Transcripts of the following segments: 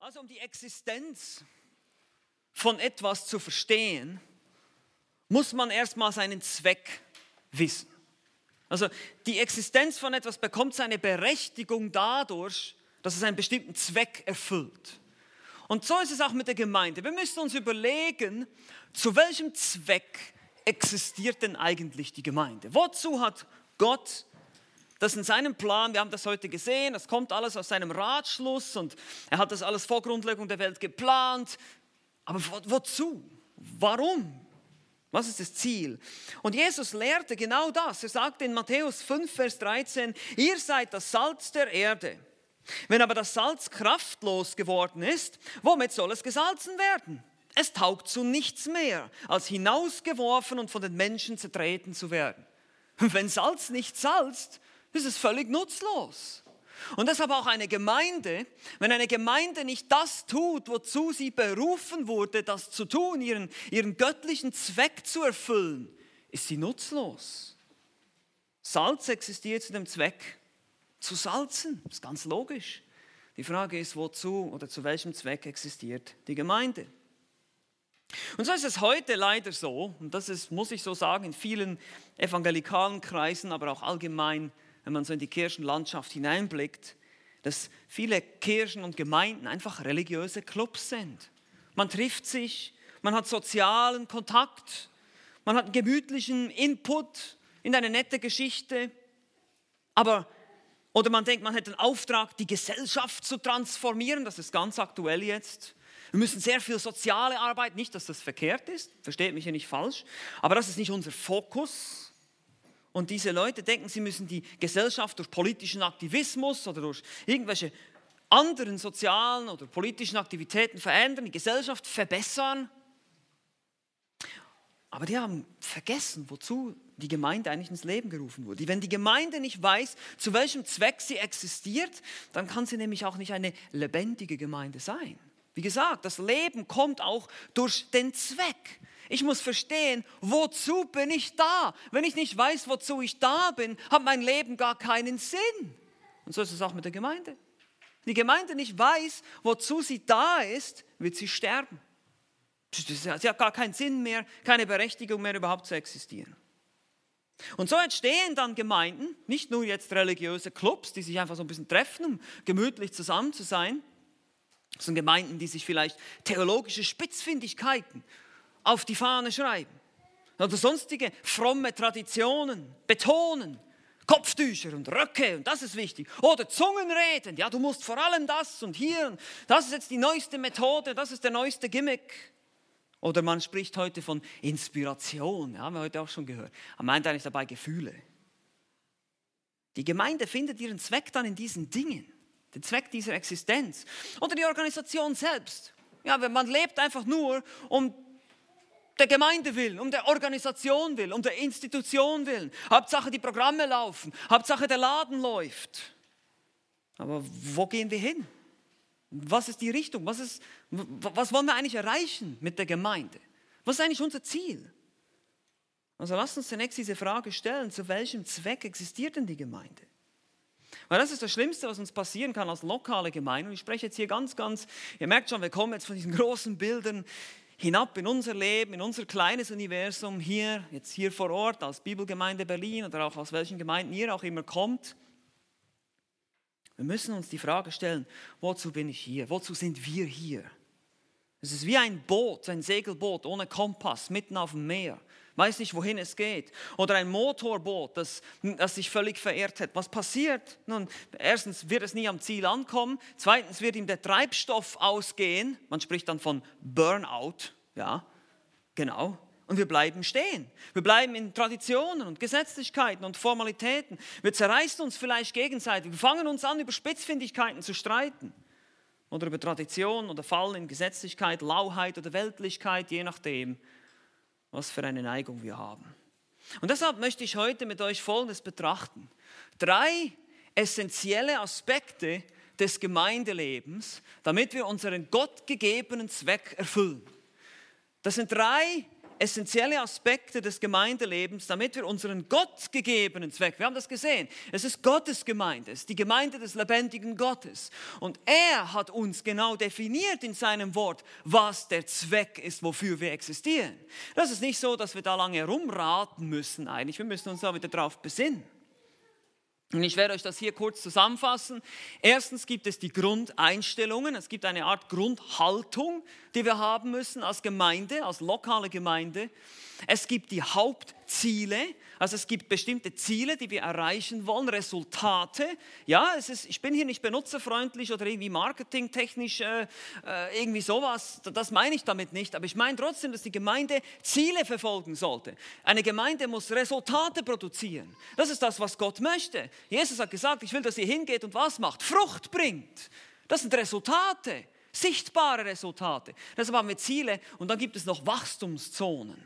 Also um die Existenz von etwas zu verstehen, muss man erstmal seinen Zweck wissen. Also die Existenz von etwas bekommt seine Berechtigung dadurch, dass es einen bestimmten Zweck erfüllt. Und so ist es auch mit der Gemeinde. Wir müssen uns überlegen, zu welchem Zweck existiert denn eigentlich die Gemeinde? Wozu hat Gott das in seinem Plan, wir haben das heute gesehen, das kommt alles aus seinem Ratschluss und er hat das alles vor Grundlegung der Welt geplant. Aber wozu? Warum? Was ist das Ziel? Und Jesus lehrte genau das. Er sagte in Matthäus 5, Vers 13, ihr seid das Salz der Erde. Wenn aber das Salz kraftlos geworden ist, womit soll es gesalzen werden? Es taugt zu nichts mehr, als hinausgeworfen und von den Menschen zertreten zu werden. Und wenn Salz nicht salzt, ist es völlig nutzlos. Und deshalb auch eine Gemeinde, wenn eine Gemeinde nicht das tut, wozu sie berufen wurde, das zu tun, ihren göttlichen Zweck zu erfüllen, ist sie nutzlos. Salz existiert zu dem Zweck, zu salzen. Das ist ganz logisch. Die Frage ist, wozu oder zu welchem Zweck existiert die Gemeinde? Und so ist es heute leider so, und das ist, muss ich so sagen, in vielen evangelikalen Kreisen, aber auch allgemein, wenn man so in die Kirchenlandschaft hineinblickt, dass viele Kirchen und Gemeinden einfach religiöse Clubs sind. Man trifft sich, man hat sozialen Kontakt, man hat einen gemütlichen Input in eine nette Geschichte, oder man denkt, man hat den Auftrag, die Gesellschaft zu transformieren, das ist ganz aktuell jetzt. Wir müssen sehr viel soziale Arbeit, nicht, dass das verkehrt ist, versteht mich ja nicht falsch, aber das ist nicht unser Fokus. Und diese Leute denken, sie müssen die Gesellschaft durch politischen Aktivismus oder durch irgendwelche anderen sozialen oder politischen Aktivitäten verändern, die Gesellschaft verbessern. Aber die haben vergessen, wozu die Gemeinde eigentlich ins Leben gerufen wurde. Wenn die Gemeinde nicht weiß, zu welchem Zweck sie existiert, dann kann sie nämlich auch nicht eine lebendige Gemeinde sein. Wie gesagt, das Leben kommt auch durch den Zweck. Ich muss verstehen, wozu bin ich da? Wenn ich nicht weiß, wozu ich da bin, hat mein Leben gar keinen Sinn. Und so ist es auch mit der Gemeinde. Wenn die Gemeinde nicht weiß, wozu sie da ist, wird sie sterben. Sie hat gar keinen Sinn mehr, keine Berechtigung mehr, überhaupt zu existieren. Und so entstehen dann Gemeinden, nicht nur jetzt religiöse Clubs, die sich einfach so ein bisschen treffen, um gemütlich zusammen zu sein, sondern Gemeinden, die sich vielleicht theologische Spitzfindigkeiten auf die Fahne schreiben oder sonstige fromme Traditionen betonen, Kopftücher und Röcke und das ist wichtig oder Zungenreden, ja du musst vor allem das und hier und das ist jetzt die neueste Methode, das ist der neueste Gimmick. Oder man spricht heute von Inspiration, ja, haben wir heute auch schon gehört. Man meint eigentlich dabei Gefühle. Die Gemeinde findet ihren Zweck dann in diesen Dingen, den Zweck dieser Existenz. Oder die Organisation selbst. Ja, man lebt einfach nur um der Gemeinde willen, um der Organisation willen, um der Institution willen. Hauptsache die Programme laufen, Hauptsache der Laden läuft. Aber wo gehen wir hin? Was ist die Richtung? Was wollen wir eigentlich erreichen mit der Gemeinde? Was ist eigentlich unser Ziel? Also lasst uns zunächst diese Frage stellen, zu welchem Zweck existiert denn die Gemeinde? Weil das ist das Schlimmste, was uns passieren kann als lokale Gemeinde. Und ich spreche jetzt hier ganz, ihr merkt schon, wir kommen jetzt von diesen großen Bildern hinab in unser Leben, in unser kleines Universum, jetzt hier vor Ort, als Bibelgemeinde Berlin oder auch aus welchen Gemeinden ihr auch immer kommt. Wir müssen uns die Frage stellen, wozu bin ich hier? Wozu sind wir hier? Es ist wie ein Boot, ein Segelboot ohne Kompass, mitten auf dem Meer. Weiß nicht, wohin es geht. Oder ein Motorboot, das sich völlig verirrt hat. Was passiert? Nun, erstens wird es nie am Ziel ankommen. Zweitens wird ihm der Treibstoff ausgehen. Man spricht dann von Burnout. Ja, genau. Und wir bleiben stehen. Wir bleiben in Traditionen und Gesetzlichkeiten und Formalitäten. Wir zerreißen uns vielleicht gegenseitig. Wir fangen uns an, über Spitzfindigkeiten zu streiten. Oder über Tradition oder fallen in Gesetzlichkeit, Lauheit oder Weltlichkeit, je nachdem, was für eine Neigung wir haben. Und deshalb möchte ich heute mit euch Folgendes betrachten. 3 essentielle Aspekte des Gemeindelebens, damit wir unseren gottgegebenen Zweck erfüllen. Das sind 3 essentielle Aspekte des Gemeindelebens, damit wir unseren gottgegebenen Zweck, wir haben das gesehen, es ist Gottes Gemeinde, es ist die Gemeinde des lebendigen Gottes. Und er hat uns genau definiert in seinem Wort, was der Zweck ist, wofür wir existieren. Das ist nicht so, dass wir da lange rumraten müssen eigentlich, wir müssen uns da wieder drauf besinnen. Und ich werde euch das hier kurz zusammenfassen. Erstens gibt es die Grundeinstellungen. Es gibt eine Art Grundhaltung, die wir haben müssen als Gemeinde, als lokale Gemeinde. Es gibt die Hauptziele, also es gibt bestimmte Ziele, die wir erreichen wollen, Resultate. Ja, ich bin hier nicht benutzerfreundlich oder irgendwie marketingtechnisch irgendwie sowas, das meine ich damit nicht, aber ich meine trotzdem, dass die Gemeinde Ziele verfolgen sollte. Eine Gemeinde muss Resultate produzieren. Das ist das, was Gott möchte. Jesus hat gesagt, ich will, dass ihr hingeht und was macht? Frucht bringt. Das sind Resultate, sichtbare Resultate. Deshalb haben wir Ziele und dann gibt es noch Wachstumszonen.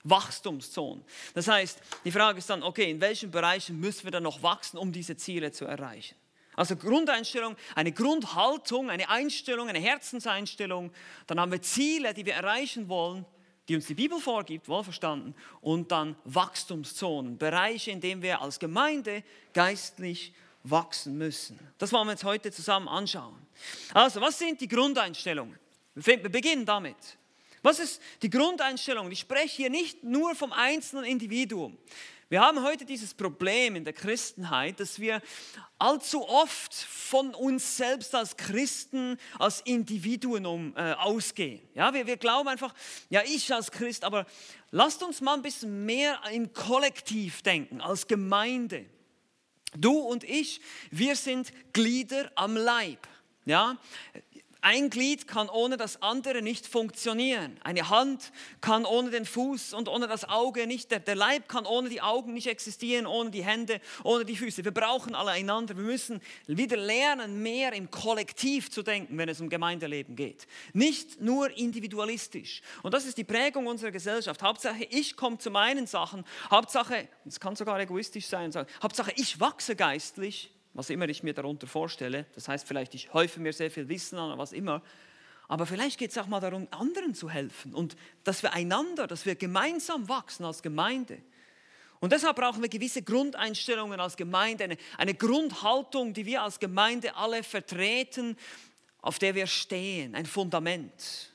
Das heißt, die Frage ist dann, okay, in welchen Bereichen müssen wir dann noch wachsen, um diese Ziele zu erreichen? Also Grundeinstellung, eine Grundhaltung, eine Einstellung, eine Herzenseinstellung. Dann haben wir Ziele, die wir erreichen wollen, die uns die Bibel vorgibt, wohlverstanden. Und dann Wachstumszonen, Bereiche, in denen wir als Gemeinde geistlich wachsen müssen. Das wollen wir uns heute zusammen anschauen. Also, was sind die Grundeinstellungen? Wir beginnen damit. Was ist die Grundeinstellung? Ich spreche hier nicht nur vom einzelnen Individuum. Wir haben heute dieses Problem in der Christenheit, dass wir allzu oft von uns selbst als Christen, als Individuen ausgehen. Ja, wir glauben einfach, ja, ich als Christ, aber lasst uns mal ein bisschen mehr im Kollektiv denken, als Gemeinde. Du und ich, wir sind Glieder am Leib. Ja? Ein Glied kann ohne das andere nicht funktionieren. Eine Hand kann ohne den Fuß und ohne das Auge nicht, der Leib kann ohne die Augen nicht existieren, ohne die Hände, ohne die Füße. Wir brauchen alle einander. Wir müssen wieder lernen, mehr im Kollektiv zu denken, wenn es um Gemeindeleben geht. Nicht nur individualistisch. Und das ist die Prägung unserer Gesellschaft. Hauptsache, ich komme zu meinen Sachen. Hauptsache, es kann sogar egoistisch sein, Hauptsache, ich wachse geistlich. Was immer ich mir darunter vorstelle, das heißt vielleicht, ich häufe mir sehr viel Wissen an, was immer, aber vielleicht geht es auch mal darum, anderen zu helfen und dass wir gemeinsam wachsen als Gemeinde. Und deshalb brauchen wir gewisse Grundeinstellungen als Gemeinde, eine Grundhaltung, die wir als Gemeinde alle vertreten, auf der wir stehen, ein Fundament.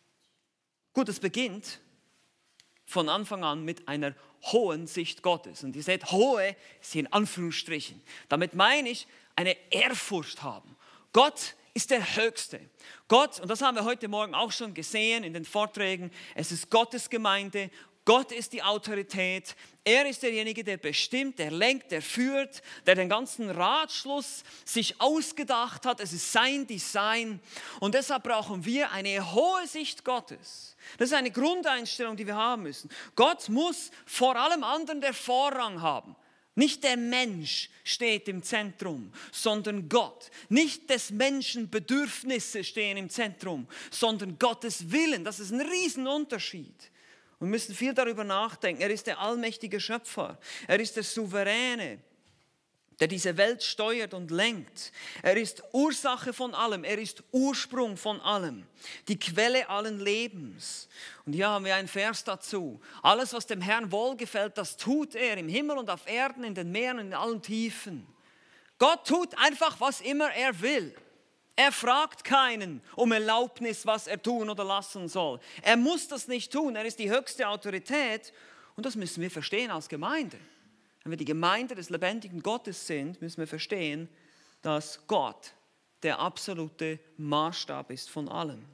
Gut, es beginnt von Anfang an mit einer hohen Sicht Gottes. Und ihr seht, hohe ist hier in Anführungsstrichen. Damit meine ich, eine Ehrfurcht haben. Gott ist der Höchste. Gott, und das haben wir heute Morgen auch schon gesehen in den Vorträgen, es ist Gottes Gemeinde. Gott ist die Autorität. Er ist derjenige, der bestimmt, der lenkt, der führt, der den ganzen Ratschluss sich ausgedacht hat. Es ist sein Design. Und deshalb brauchen wir eine hohe Sicht Gottes. Das ist eine Grundeinstellung, die wir haben müssen. Gott muss vor allem anderen der Vorrang haben. Nicht der Mensch steht im Zentrum, sondern Gott. Nicht des Menschen Bedürfnisse stehen im Zentrum, sondern Gottes Willen. Das ist ein Riesenunterschied. Wir müssen viel darüber nachdenken. Er ist der allmächtige Schöpfer. Er ist der Souveräne, der diese Welt steuert und lenkt. Er ist Ursache von allem. Er ist Ursprung von allem. Die Quelle allen Lebens. Und hier haben wir einen Vers dazu. Alles, was dem Herrn wohlgefällt, das tut er im Himmel und auf Erden, in den Meeren und in allen Tiefen. Gott tut einfach, was immer er will. Er fragt keinen um Erlaubnis, was er tun oder lassen soll. Er muss das nicht tun, er ist die höchste Autorität und das müssen wir verstehen als Gemeinde. Wenn wir die Gemeinde des lebendigen Gottes sind, müssen wir verstehen, dass Gott der absolute Maßstab ist von allem.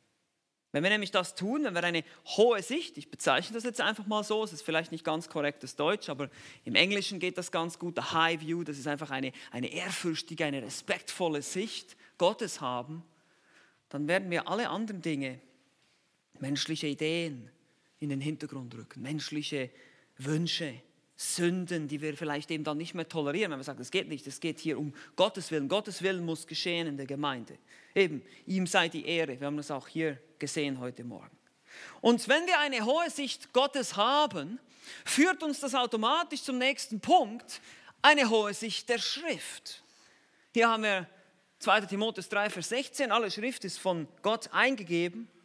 Wenn wir nämlich das tun, wenn wir eine hohe Sicht, ich bezeichne das jetzt einfach mal so, es ist vielleicht nicht ganz korrektes Deutsch, aber im Englischen geht das ganz gut, der High View, das ist einfach eine ehrfürchtige, eine respektvolle Sicht Gottes haben, dann werden wir alle anderen Dinge, menschliche Ideen in den Hintergrund rücken, menschliche Wünsche, Sünden, die wir vielleicht eben dann nicht mehr tolerieren, wenn wir sagen, es geht nicht, es geht hier um Gottes Willen. Gottes Willen muss geschehen in der Gemeinde. Eben, ihm sei die Ehre. Wir haben das auch hier gesehen heute Morgen. Und wenn wir eine hohe Sicht Gottes haben, führt uns das automatisch zum nächsten Punkt, eine hohe Sicht der Schrift. Hier haben wir 2. Timotheus 3, Vers 16, alle Schrift ist von Gott eingegeben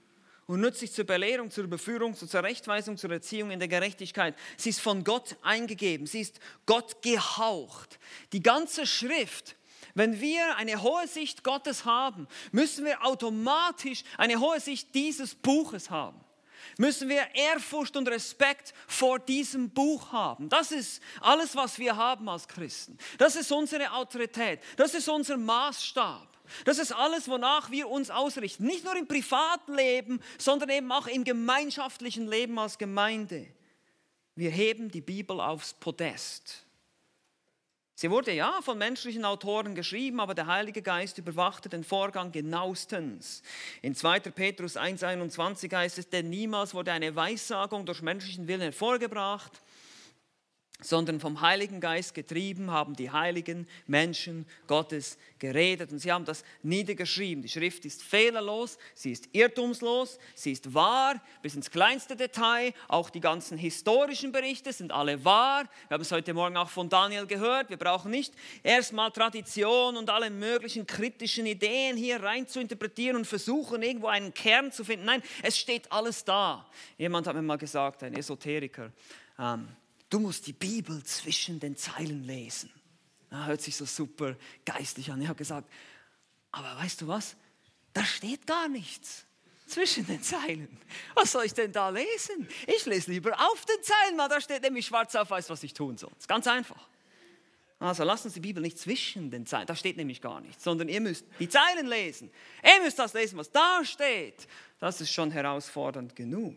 und nützlich zur Belehrung, zur Überführung, zur Zurechtweisung, zur Erziehung in der Gerechtigkeit. Sie ist von Gott eingegeben, sie ist Gott gehaucht. Die ganze Schrift, wenn wir eine hohe Sicht Gottes haben, müssen wir automatisch eine hohe Sicht dieses Buches haben. Müssen wir Ehrfurcht und Respekt vor diesem Buch haben. Das ist alles, was wir haben als Christen. Das ist unsere Autorität. Das ist unser Maßstab. Das ist alles, wonach wir uns ausrichten. Nicht nur im Privatleben, sondern eben auch im gemeinschaftlichen Leben als Gemeinde. Wir heben die Bibel aufs Podest. Sie wurde ja von menschlichen Autoren geschrieben, aber der Heilige Geist überwachte den Vorgang genauestens. In 2. Petrus 1,21 heißt es, denn niemals wurde eine Weissagung durch menschlichen Willen hervorgebracht, sondern vom Heiligen Geist getrieben haben die heiligen Menschen Gottes geredet. Und sie haben das niedergeschrieben. Die Schrift ist fehlerlos, sie ist irrtumslos, sie ist wahr, bis ins kleinste Detail. Auch die ganzen historischen Berichte sind alle wahr. Wir haben es heute Morgen auch von Daniel gehört. Wir brauchen nicht erstmal Tradition und alle möglichen kritischen Ideen hier rein zu interpretieren und versuchen, irgendwo einen Kern zu finden. Nein, es steht alles da. Jemand hat mir mal gesagt, ein Esoteriker, du musst die Bibel zwischen den Zeilen lesen. Das hört sich so super geistlich an. Ich habe gesagt, aber weißt du was? Da steht gar nichts zwischen den Zeilen. Was soll ich denn da lesen? Ich lese lieber auf den Zeilen, weil da steht nämlich schwarz auf weiß, was ich tun soll. Das ist ganz einfach. Also lasst uns die Bibel nicht zwischen den Zeilen, da steht nämlich gar nichts, sondern ihr müsst die Zeilen lesen. Ihr müsst das lesen, was da steht. Das ist schon herausfordernd genug.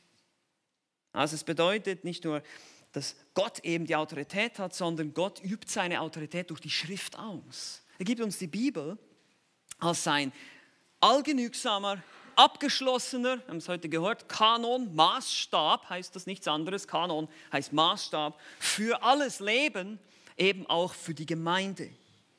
Also es bedeutet nicht nur, dass Gott eben die Autorität hat, sondern Gott übt seine Autorität durch die Schrift aus. Er gibt uns die Bibel als sein allgenügsamer, abgeschlossener, wir haben es heute gehört, Kanon, Maßstab heißt das nichts anderes, Kanon heißt Maßstab, für alles Leben, eben auch für die Gemeinde.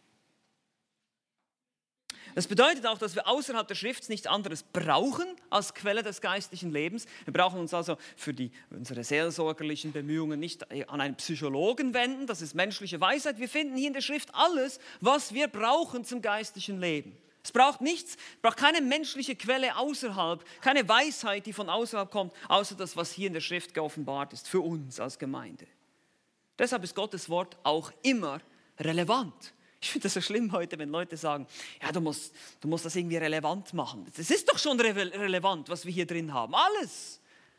Das bedeutet auch, dass wir außerhalb der Schrift nichts anderes brauchen als Quelle des geistlichen Lebens. Wir brauchen uns also für unsere seelsorgerlichen Bemühungen nicht an einen Psychologen wenden, das ist menschliche Weisheit. Wir finden hier in der Schrift alles, was wir brauchen zum geistlichen Leben. Es braucht nichts, braucht keine menschliche Quelle außerhalb, keine Weisheit, die von außerhalb kommt, außer das, was hier in der Schrift geoffenbart ist, für uns als Gemeinde. Deshalb ist Gottes Wort auch immer relevant. Ich finde das so schlimm heute, wenn Leute sagen, ja, du musst das irgendwie relevant machen. Das ist doch schon relevant, was wir hier drin haben. Alles.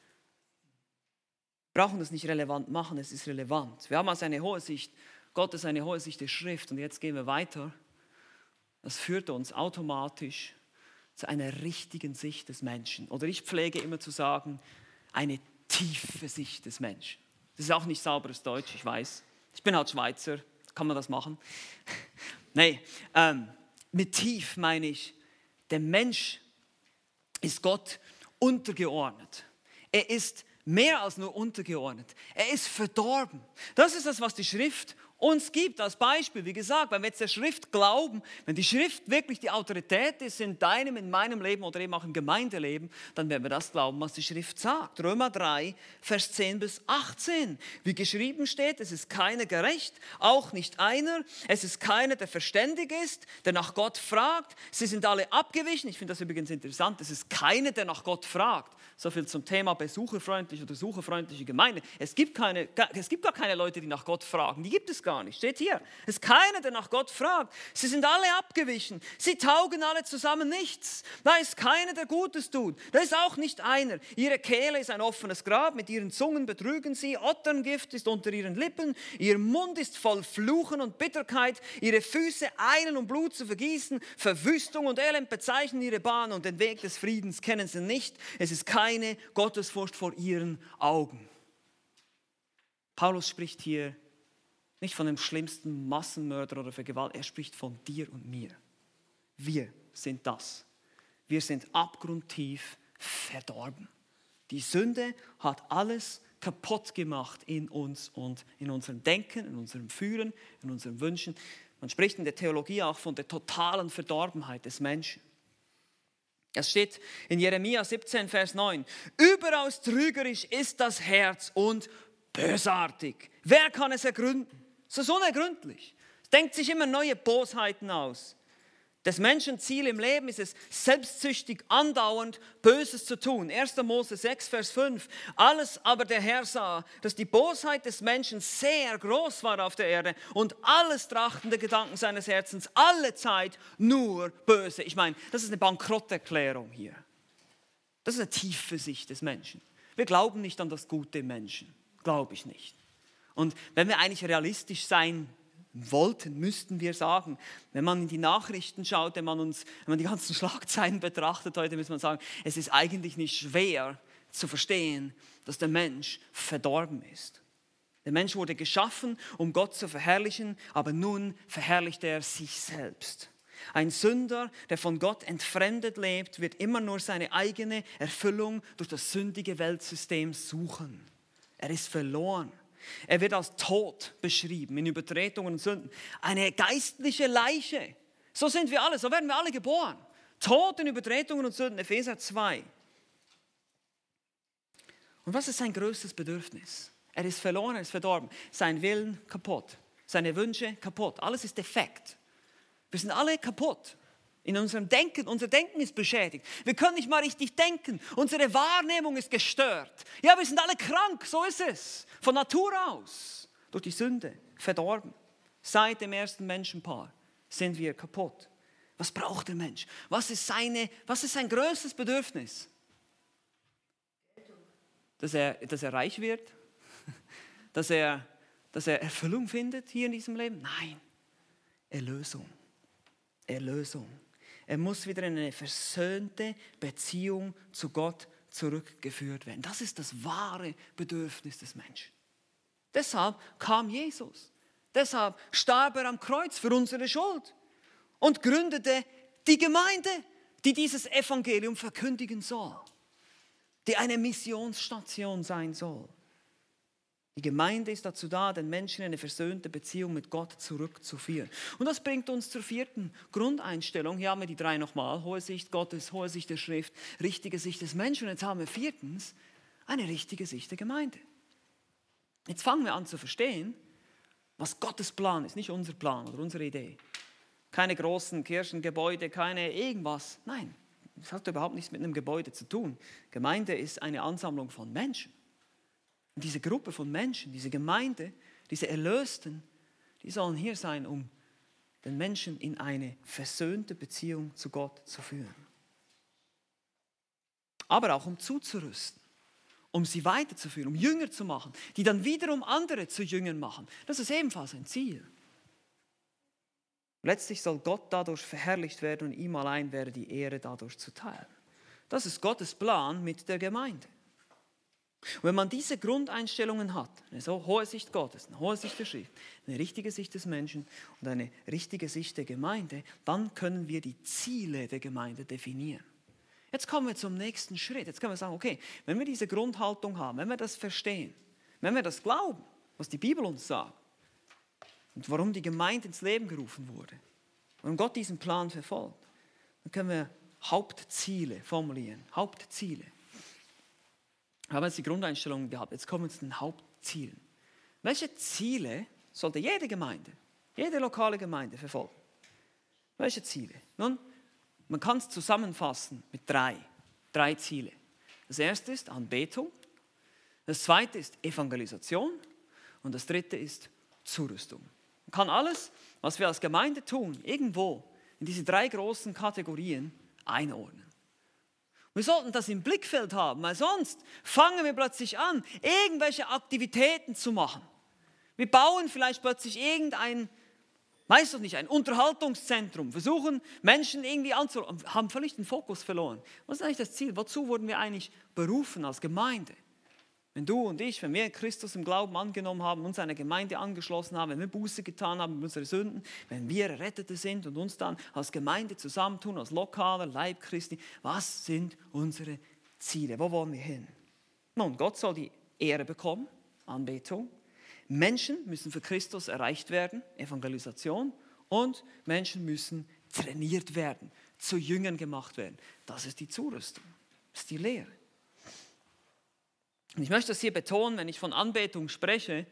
Wir brauchen das nicht relevant machen, es ist relevant. Wir haben also eine hohe Sicht, Gott ist eine hohe Sicht der Schrift. Und jetzt gehen wir weiter. Das führt uns automatisch zu einer richtigen Sicht des Menschen. Oder ich pflege immer zu sagen, eine tiefe Sicht des Menschen. Das ist auch nicht sauberes Deutsch, ich weiß. Ich bin halt Schweizer. Kann man das machen? Nein, mit tief meine ich, der Mensch ist Gott untergeordnet. Er ist mehr als nur untergeordnet. Er ist verdorben. Das ist das, was die Schrift uns gibt als Beispiel. Wie gesagt, wenn wir jetzt der Schrift glauben, wenn die Schrift wirklich die Autorität ist in deinem, in meinem Leben oder eben auch im Gemeindeleben, dann werden wir das glauben, was die Schrift sagt. Römer 3, Vers 10 bis 18. Wie geschrieben steht, es ist keiner gerecht, auch nicht einer. Es ist keiner, der verständig ist, der nach Gott fragt. Sie sind alle abgewichen. Ich finde das übrigens interessant. Es ist keiner, der nach Gott fragt. So viel zum Thema besucherfreundliche oder sucherfreundliche Gemeinde. Es gibt gar keine Leute, die nach Gott fragen. Die gibt es gar nicht. Steht hier. Es ist keiner, der nach Gott fragt. Sie sind alle abgewichen. Sie taugen alle zusammen nichts. Da ist keiner, der Gutes tut. Da ist auch nicht einer. Ihre Kehle ist ein offenes Grab. Mit ihren Zungen betrügen sie. Otterngift ist unter ihren Lippen. Ihr Mund ist voll Fluchen und Bitterkeit. Ihre Füße eilen, um Blut zu vergießen. Verwüstung und Elend bezeichnen ihre Bahn und den Weg des Friedens kennen sie nicht. Es ist keine Gottesfurcht vor ihren Augen. Paulus spricht hier nicht von dem schlimmsten Massenmörder oder Vergewaltiger, er spricht von dir und mir. Wir sind das. Wir sind abgrundtief verdorben. Die Sünde hat alles kaputt gemacht in uns und in unserem Denken, in unserem Fühlen, in unseren Wünschen. Man spricht in der Theologie auch von der totalen Verdorbenheit des Menschen. Es steht in Jeremia 17, Vers 9, überaus trügerisch ist das Herz und bösartig. Wer kann es ergründen? Es ist unergründlich. Es denkt sich immer neue Bosheiten aus. Des Menschen Ziel im Leben ist es, selbstsüchtig andauernd Böses zu tun. 1. Mose 6, Vers 5. Alles aber der Herr sah, dass die Bosheit des Menschen sehr groß war auf der Erde und alles trachtende Gedanken seines Herzens alle Zeit nur böse. Ich meine, das ist eine Bankrotterklärung hier. Das ist eine tiefe Sicht des Menschen. Wir glauben nicht an das Gute im Menschen. Glaube ich nicht. Und wenn wir eigentlich realistisch sein wollten, müssten wir sagen, wenn man in die Nachrichten schaut, wenn man die ganzen Schlagzeilen betrachtet heute, muss man sagen, es ist eigentlich nicht schwer zu verstehen, dass der Mensch verdorben ist. Der Mensch wurde geschaffen, um Gott zu verherrlichen, aber nun verherrlicht er sich selbst. Ein Sünder, der von Gott entfremdet lebt, wird immer nur seine eigene Erfüllung durch das sündige Weltsystem suchen. Er ist verloren. Er wird als tot beschrieben in Übertretungen und Sünden. Eine geistliche Leiche. So sind wir alle, so werden wir alle geboren. Tot in Übertretungen und Sünden, Epheser 2. Und was ist sein größtes Bedürfnis? Er ist verloren, er ist verdorben. Sein Willen kaputt, seine Wünsche kaputt. Alles ist defekt. Wir sind alle kaputt. In unserem Denken, unser Denken ist beschädigt. Wir können nicht mal richtig denken. Unsere Wahrnehmung ist gestört. Ja, wir sind alle krank, so ist es. Von Natur aus. Durch die Sünde, verdorben. Seit dem ersten Menschenpaar sind wir kaputt. Was braucht der Mensch? Was ist sein größtes Bedürfnis? Dass er reich wird? Dass er Erfüllung findet hier in diesem Leben? Nein. Erlösung. Erlösung. Er muss wieder in eine versöhnte Beziehung zu Gott zurückgeführt werden. Das ist das wahre Bedürfnis des Menschen. Deshalb kam Jesus. Deshalb starb er am Kreuz für unsere Schuld und gründete die Gemeinde, die dieses Evangelium verkündigen soll, die eine Missionsstation sein soll. Die Gemeinde ist dazu da, den Menschen in eine versöhnte Beziehung mit Gott zurückzuführen. Und das bringt uns zur vierten Grundeinstellung. Hier haben wir die drei nochmal. Hohe Sicht Gottes, hohe Sicht der Schrift, richtige Sicht des Menschen. Und jetzt haben wir viertens eine richtige Sicht der Gemeinde. Jetzt fangen wir an zu verstehen, was Gottes Plan ist, nicht unser Plan oder unsere Idee. Keine großen Kirchengebäude, keine irgendwas. Nein, das hat überhaupt nichts mit einem Gebäude zu tun. Gemeinde ist eine Ansammlung von Menschen. Und diese Gruppe von Menschen, diese Gemeinde, diese Erlösten, die sollen hier sein, um den Menschen in eine versöhnte Beziehung zu Gott zu führen. Aber auch um zuzurüsten, um sie weiterzuführen, um Jünger zu machen, die dann wiederum andere zu Jüngern machen. Das ist ebenfalls ein Ziel. Letztlich soll Gott dadurch verherrlicht werden und ihm allein wäre die Ehre dadurch zuteil. Das ist Gottes Plan mit der Gemeinde. Und wenn man diese Grundeinstellungen hat, eine so hohe Sicht Gottes, eine hohe Sicht der Schrift, eine richtige Sicht des Menschen und eine richtige Sicht der Gemeinde, dann können wir die Ziele der Gemeinde definieren. Jetzt kommen wir zum nächsten Schritt. Jetzt können wir sagen, okay, wenn wir diese Grundhaltung haben, wenn wir das verstehen, wenn wir das glauben, was die Bibel uns sagt und warum die Gemeinde ins Leben gerufen wurde, warum Gott diesen Plan verfolgt, dann können wir Hauptziele formulieren, Hauptziele. Wir haben jetzt die Grundeinstellungen gehabt, jetzt kommen wir zu den Hauptzielen. Welche Ziele sollte jede Gemeinde, jede lokale Gemeinde verfolgen? Welche Ziele? Nun, man kann es zusammenfassen mit drei Ziele. Das erste ist Anbetung, das zweite ist Evangelisation und das dritte ist Zurüstung. Man kann alles, was wir als Gemeinde tun, irgendwo in diese drei großen Kategorien einordnen. Wir sollten das im Blickfeld haben, weil sonst fangen wir plötzlich an, irgendwelche Aktivitäten zu machen. Wir bauen vielleicht plötzlich ein Unterhaltungszentrum, versuchen Menschen irgendwie anzulocken, haben völlig den Fokus verloren. Was ist eigentlich das Ziel? Wozu wurden wir eigentlich berufen als Gemeinde? Wenn du und ich, wenn wir Christus im Glauben angenommen haben, uns einer Gemeinde angeschlossen haben, wenn wir Buße getan haben mit unseren Sünden, wenn wir Errettete sind und uns dann als Gemeinde zusammentun, als lokaler Leib Christi, was sind unsere Ziele? Wo wollen wir hin? Nun, Gott soll die Ehre bekommen, Anbetung. Menschen müssen für Christus erreicht werden, Evangelisation. Und Menschen müssen trainiert werden, zu Jüngern gemacht werden. Das ist die Zurüstung, das ist die Lehre. Und ich möchte das hier betonen, wenn ich von Anbetung spreche,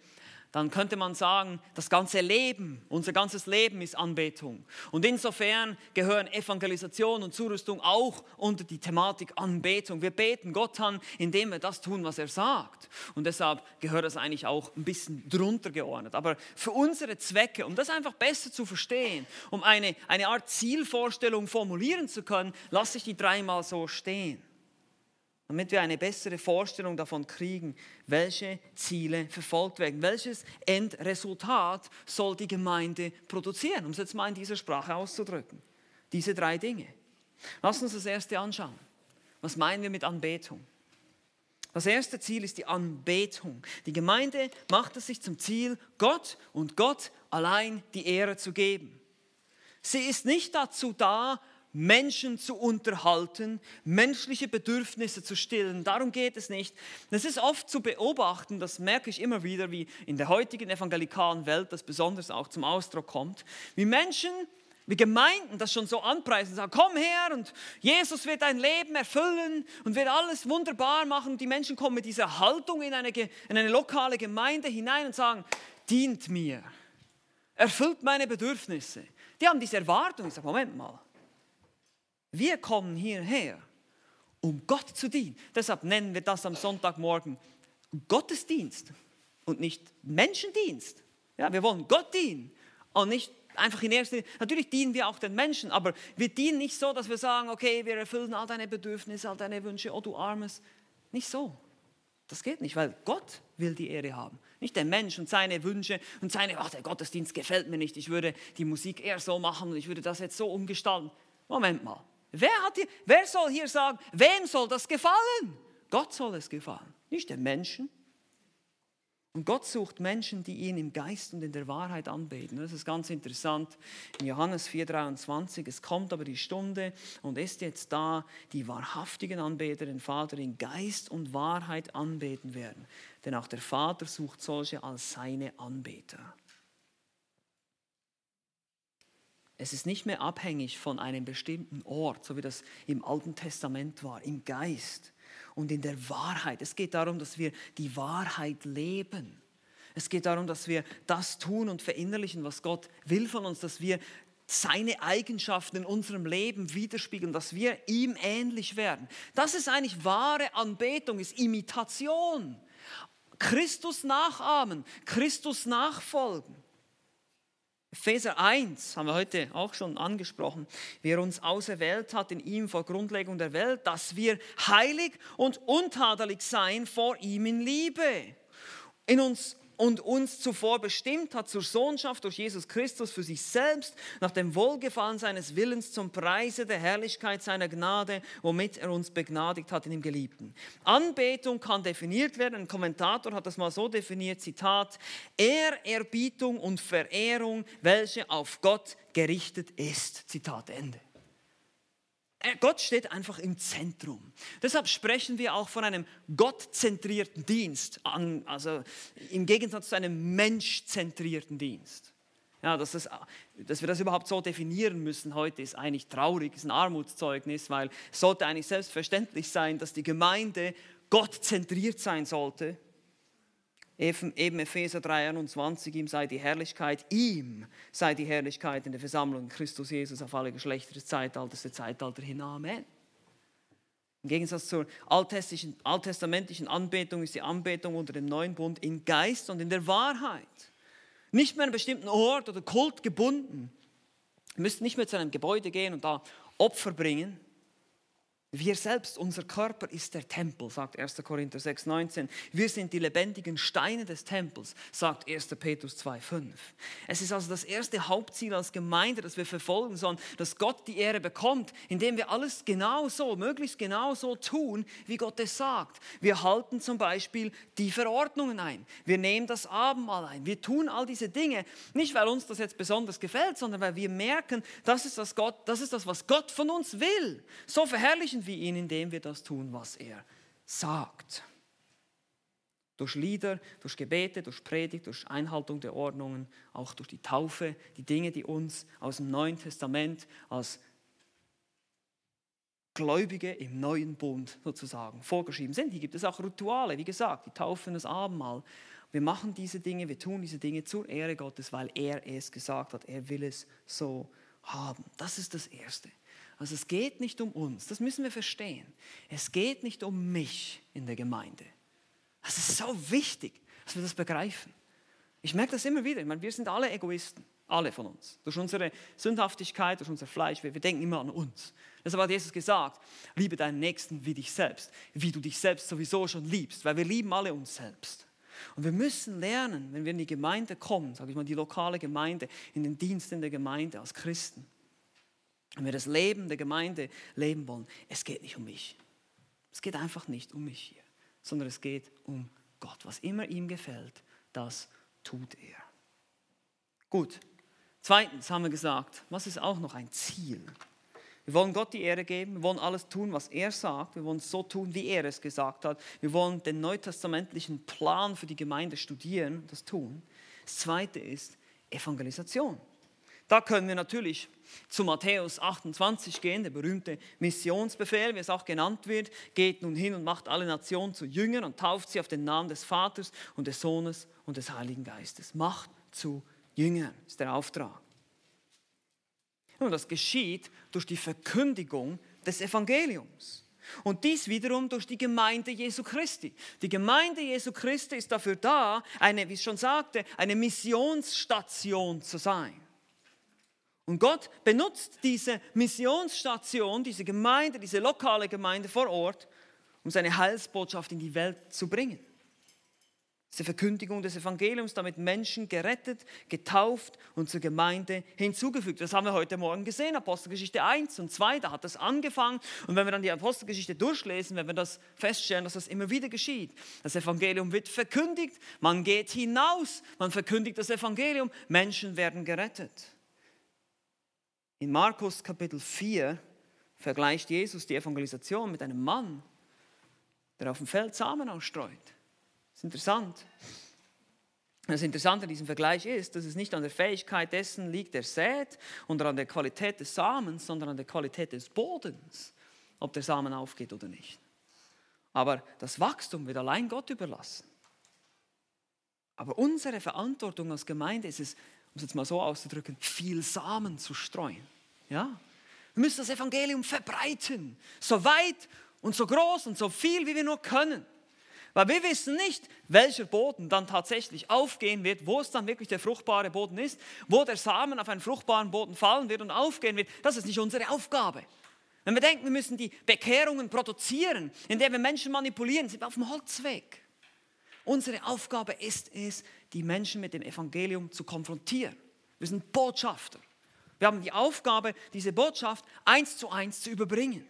dann könnte man sagen, das ganze Leben, unser ganzes Leben ist Anbetung. Und insofern gehören Evangelisation und Zurüstung auch unter die Thematik Anbetung. Wir beten Gott an, indem wir das tun, was er sagt. Und deshalb gehört das eigentlich auch ein bisschen drunter geordnet. Aber für unsere Zwecke, um das einfach besser zu verstehen, um eine Art Zielvorstellung formulieren zu können, lasse ich die dreimal so stehen, damit wir eine bessere Vorstellung davon kriegen, welche Ziele verfolgt werden, welches Endresultat soll die Gemeinde produzieren, um es jetzt mal in dieser Sprache auszudrücken. Diese 3 Dinge. Lass uns das erste anschauen. Was meinen wir mit Anbetung? Das erste Ziel ist die Anbetung. Die Gemeinde macht es sich zum Ziel, Gott und Gott allein die Ehre zu geben. Sie ist nicht dazu da, Menschen zu unterhalten, menschliche Bedürfnisse zu stillen. Darum geht es nicht. Es ist oft zu beobachten, das merke ich immer wieder, wie in der heutigen evangelikalen Welt das besonders auch zum Ausdruck kommt, wie Menschen, wie Gemeinden das schon so anpreisen, sagen, komm her und Jesus wird dein Leben erfüllen und wird alles wunderbar machen. Und die Menschen kommen mit dieser Haltung in eine lokale Gemeinde hinein und sagen, dient mir, erfüllt meine Bedürfnisse. Die haben diese Erwartung. Ich sage, Moment mal. Wir kommen hierher, um Gott zu dienen. Deshalb nennen wir das am Sonntagmorgen Gottesdienst und nicht Menschendienst. Ja, wir wollen Gott dienen und nicht einfach in erster Linie. Natürlich dienen wir auch den Menschen, aber wir dienen nicht so, dass wir sagen, okay, wir erfüllen all deine Bedürfnisse, all deine Wünsche, oh du Armes. Nicht so. Das geht nicht, weil Gott will die Ehre haben. Nicht der Mensch und seine Wünsche und der Gottesdienst gefällt mir nicht. Ich würde die Musik eher so machen und ich würde das jetzt so umgestalten. Moment mal. Wer soll hier sagen, wem soll das gefallen? Gott soll es gefallen, nicht den Menschen. Und Gott sucht Menschen, die ihn im Geist und in der Wahrheit anbeten. Das ist ganz interessant. In Johannes 4,23, es kommt aber die Stunde und ist jetzt da, die wahrhaftigen Anbeter den Vater in Geist und Wahrheit anbeten werden. Denn auch der Vater sucht solche als seine Anbeter. Es ist nicht mehr abhängig von einem bestimmten Ort, so wie das im Alten Testament war, im Geist und in der Wahrheit. Es geht darum, dass wir die Wahrheit leben. Es geht darum, dass wir das tun und verinnerlichen, was Gott will von uns, dass wir seine Eigenschaften in unserem Leben widerspiegeln, dass wir ihm ähnlich werden. Das ist eigentlich wahre Anbetung, ist Imitation. Christus nachahmen, Christus nachfolgen. Epheser 1 haben wir heute auch schon angesprochen, wie er uns auserwählt hat in ihm vor Grundlegung der Welt, dass wir heilig und untadelig sein vor ihm in Liebe. In uns zuvor bestimmt hat zur Sohnschaft durch Jesus Christus für sich selbst, nach dem Wohlgefallen seines Willens zum Preise der Herrlichkeit seiner Gnade, womit er uns begnadigt hat in dem Geliebten. Anbetung kann definiert werden, ein Kommentator hat das mal so definiert, Zitat, Ehrerbietung und Verehrung, welche auf Gott gerichtet ist. Zitat Ende. Gott steht einfach im Zentrum. Deshalb sprechen wir auch von einem gottzentrierten Dienst, also im Gegensatz zu einem menschzentrierten Dienst. Ja, dass wir das überhaupt so definieren müssen heute, ist eigentlich traurig, ist ein Armutszeugnis, weil es sollte eigentlich selbstverständlich sein, dass die Gemeinde gottzentriert sein sollte. Eben Epheser 3,21, ihm sei die Herrlichkeit in der Versammlung in Christus Jesus auf alle Geschlechter des Zeitalters, der Zeitalter hin. Amen. Im Gegensatz zur alttestamentlichen Anbetung ist die Anbetung unter dem neuen Bund in Geist und in der Wahrheit. Nicht mehr an einen bestimmten Ort oder Kult gebunden. Wir müssen nicht mehr zu einem Gebäude gehen und da Opfer bringen. Wir selbst, unser Körper ist der Tempel, sagt 1. Korinther 6,19. Wir sind die lebendigen Steine des Tempels, sagt 1. Petrus 2,5. Es ist also das erste Hauptziel als Gemeinde, das wir verfolgen sollen, dass Gott die Ehre bekommt, indem wir alles möglichst genau so tun, wie Gott es sagt. Wir halten zum Beispiel die Verordnungen ein. Wir nehmen das Abendmahl ein. Wir tun all diese Dinge, nicht weil uns das jetzt besonders gefällt, sondern weil wir merken, das ist das, was Gott von uns will. So verherrlichen wir ihn, indem wir das tun, was er sagt. Durch Lieder, durch Gebete, durch Predigt, durch Einhaltung der Ordnungen, auch durch die Taufe, die Dinge, die uns aus dem Neuen Testament als Gläubige im neuen Bund sozusagen vorgeschrieben sind. Hier gibt es auch Rituale, wie gesagt, die Taufe und das Abendmahl, Wir machen diese Dinge, wir tun diese Dinge zur Ehre Gottes, weil er es gesagt hat. Er will es so haben. Das ist das Erste. Also es geht nicht um uns, das müssen wir verstehen. Es geht nicht um mich in der Gemeinde. Das ist so wichtig, dass wir das begreifen. Ich merke das immer wieder. Ich meine, wir sind alle Egoisten, alle von uns. Durch unsere Sündhaftigkeit, durch unser Fleisch, wir denken immer an uns. Deshalb hat Jesus gesagt, liebe deinen Nächsten wie dich selbst, wie du dich selbst sowieso schon liebst, weil wir lieben alle uns selbst. Und wir müssen lernen, wenn wir in die Gemeinde kommen, sage ich mal, die lokale Gemeinde, in den Dienst in der Gemeinde als Christen, wenn wir das Leben der Gemeinde leben wollen, es geht nicht um mich. Es geht einfach nicht um mich hier, sondern es geht um Gott. Was immer ihm gefällt, das tut er. Gut, zweitens haben wir gesagt, was ist auch noch ein Ziel? Wir wollen Gott die Ehre geben, wir wollen alles tun, was er sagt, wir wollen es so tun, wie er es gesagt hat. Wir wollen den neutestamentlichen Plan für die Gemeinde studieren, das tun. Das zweite ist Evangelisation. Da können wir natürlich zu Matthäus 28 gehen, der berühmte Missionsbefehl, wie es auch genannt wird. Geht nun hin und macht alle Nationen zu Jüngern und tauft sie auf den Namen des Vaters und des Sohnes und des Heiligen Geistes. Macht zu Jüngern, ist der Auftrag. Und das geschieht durch die Verkündigung des Evangeliums. Und dies wiederum durch die Gemeinde Jesu Christi. Die Gemeinde Jesu Christi ist dafür da, wie ich schon sagte, eine Missionsstation zu sein. Und Gott benutzt diese Missionsstation, diese Gemeinde, diese lokale Gemeinde vor Ort, um seine Heilsbotschaft in die Welt zu bringen. Diese Verkündigung des Evangeliums, damit Menschen gerettet, getauft und zur Gemeinde hinzugefügt. Das haben wir heute Morgen gesehen, Apostelgeschichte 1 und 2, da hat das angefangen. Und wenn wir dann die Apostelgeschichte durchlesen, werden wir das feststellen, dass das immer wieder geschieht. Das Evangelium wird verkündigt, man geht hinaus, man verkündigt das Evangelium, Menschen werden gerettet. In Markus Kapitel 4 vergleicht Jesus die Evangelisation mit einem Mann, der auf dem Feld Samen ausstreut. Das ist interessant. Das Interessante an diesem Vergleich ist, dass es nicht an der Fähigkeit dessen liegt, der sät, und an der Qualität des Samens, sondern an der Qualität des Bodens, ob der Samen aufgeht oder nicht. Aber das Wachstum wird allein Gott überlassen. Aber unsere Verantwortung als Gemeinde ist es, um es jetzt mal so auszudrücken, viel Samen zu streuen. Ja? Wir müssen das Evangelium verbreiten, so weit und so groß und so viel, wie wir nur können. Weil wir wissen nicht, welcher Boden dann tatsächlich aufgehen wird, wo es dann wirklich der fruchtbare Boden ist, wo der Samen auf einen fruchtbaren Boden fallen wird und aufgehen wird. Das ist nicht unsere Aufgabe. Wenn wir denken, wir müssen die Bekehrungen produzieren, indem wir Menschen manipulieren, sind wir auf dem Holzweg. Unsere Aufgabe ist es, die Menschen mit dem Evangelium zu konfrontieren. Wir sind Botschafter. Wir haben die Aufgabe, diese Botschaft 1:1 zu überbringen.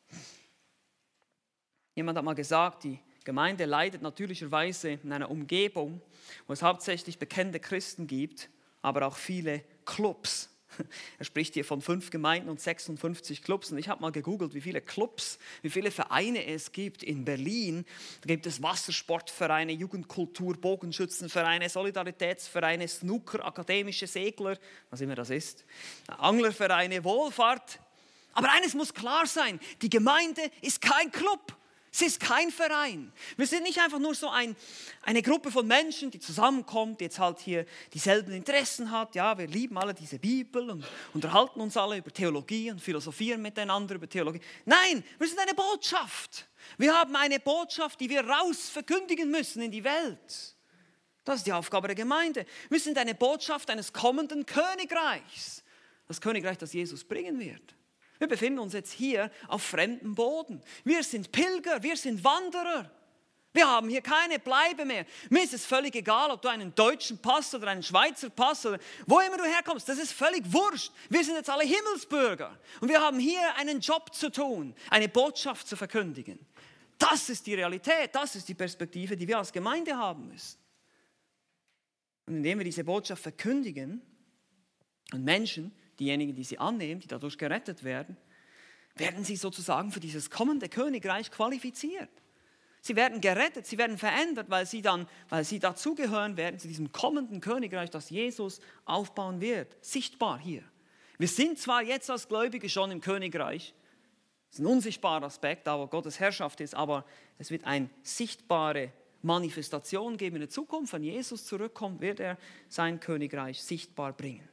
Jemand hat mal gesagt, die Gemeinde leidet natürlicherweise in einer Umgebung, wo es hauptsächlich bekannte Christen gibt, aber auch viele Clubs. Er spricht hier von 5 Gemeinden und 56 Clubs. Und ich habe mal gegoogelt, wie viele Clubs, wie viele Vereine es gibt in Berlin. Da gibt es Wassersportvereine, Jugendkultur, Bogenschützenvereine, Solidaritätsvereine, Snooker, akademische Segler, was immer das ist, Anglervereine, Wohlfahrt. Aber eines muss klar sein, die Gemeinde ist kein Club. Sie ist kein Verein. Wir sind nicht einfach nur so eine Gruppe von Menschen, die zusammenkommt, die jetzt halt hier dieselben Interessen hat. Ja, wir lieben alle diese Bibel und unterhalten uns alle über Theologie und philosophieren miteinander über Theologie. Nein, wir sind eine Botschaft. Wir haben eine Botschaft, die wir raus verkündigen müssen in die Welt. Das ist die Aufgabe der Gemeinde. Wir sind eine Botschaft eines kommenden Königreichs. Das Königreich, das Jesus bringen wird. Wir befinden uns jetzt hier auf fremdem Boden. Wir sind Pilger, wir sind Wanderer. Wir haben hier keine Bleibe mehr. Mir ist es völlig egal, ob du einen deutschen Pass oder einen Schweizer Pass oder wo immer du herkommst. Das ist völlig wurscht. Wir sind jetzt alle Himmelsbürger. Und wir haben hier einen Job zu tun, eine Botschaft zu verkündigen. Das ist die Realität, das ist die Perspektive, die wir als Gemeinde haben müssen. Und indem wir diese Botschaft verkündigen und Menschen, diejenigen, die sie annehmen, die dadurch gerettet werden, werden sie sozusagen für dieses kommende Königreich qualifiziert. Sie werden gerettet, sie werden verändert, weil sie dazugehören werden zu diesem kommenden Königreich, das Jesus aufbauen wird. Sichtbar hier. Wir sind zwar jetzt als Gläubige schon im Königreich, das ist ein unsichtbarer Aspekt, da wo Gottes Herrschaft ist, aber es wird eine sichtbare Manifestation geben in der Zukunft. Wenn Jesus zurückkommt, wird er sein Königreich sichtbar bringen.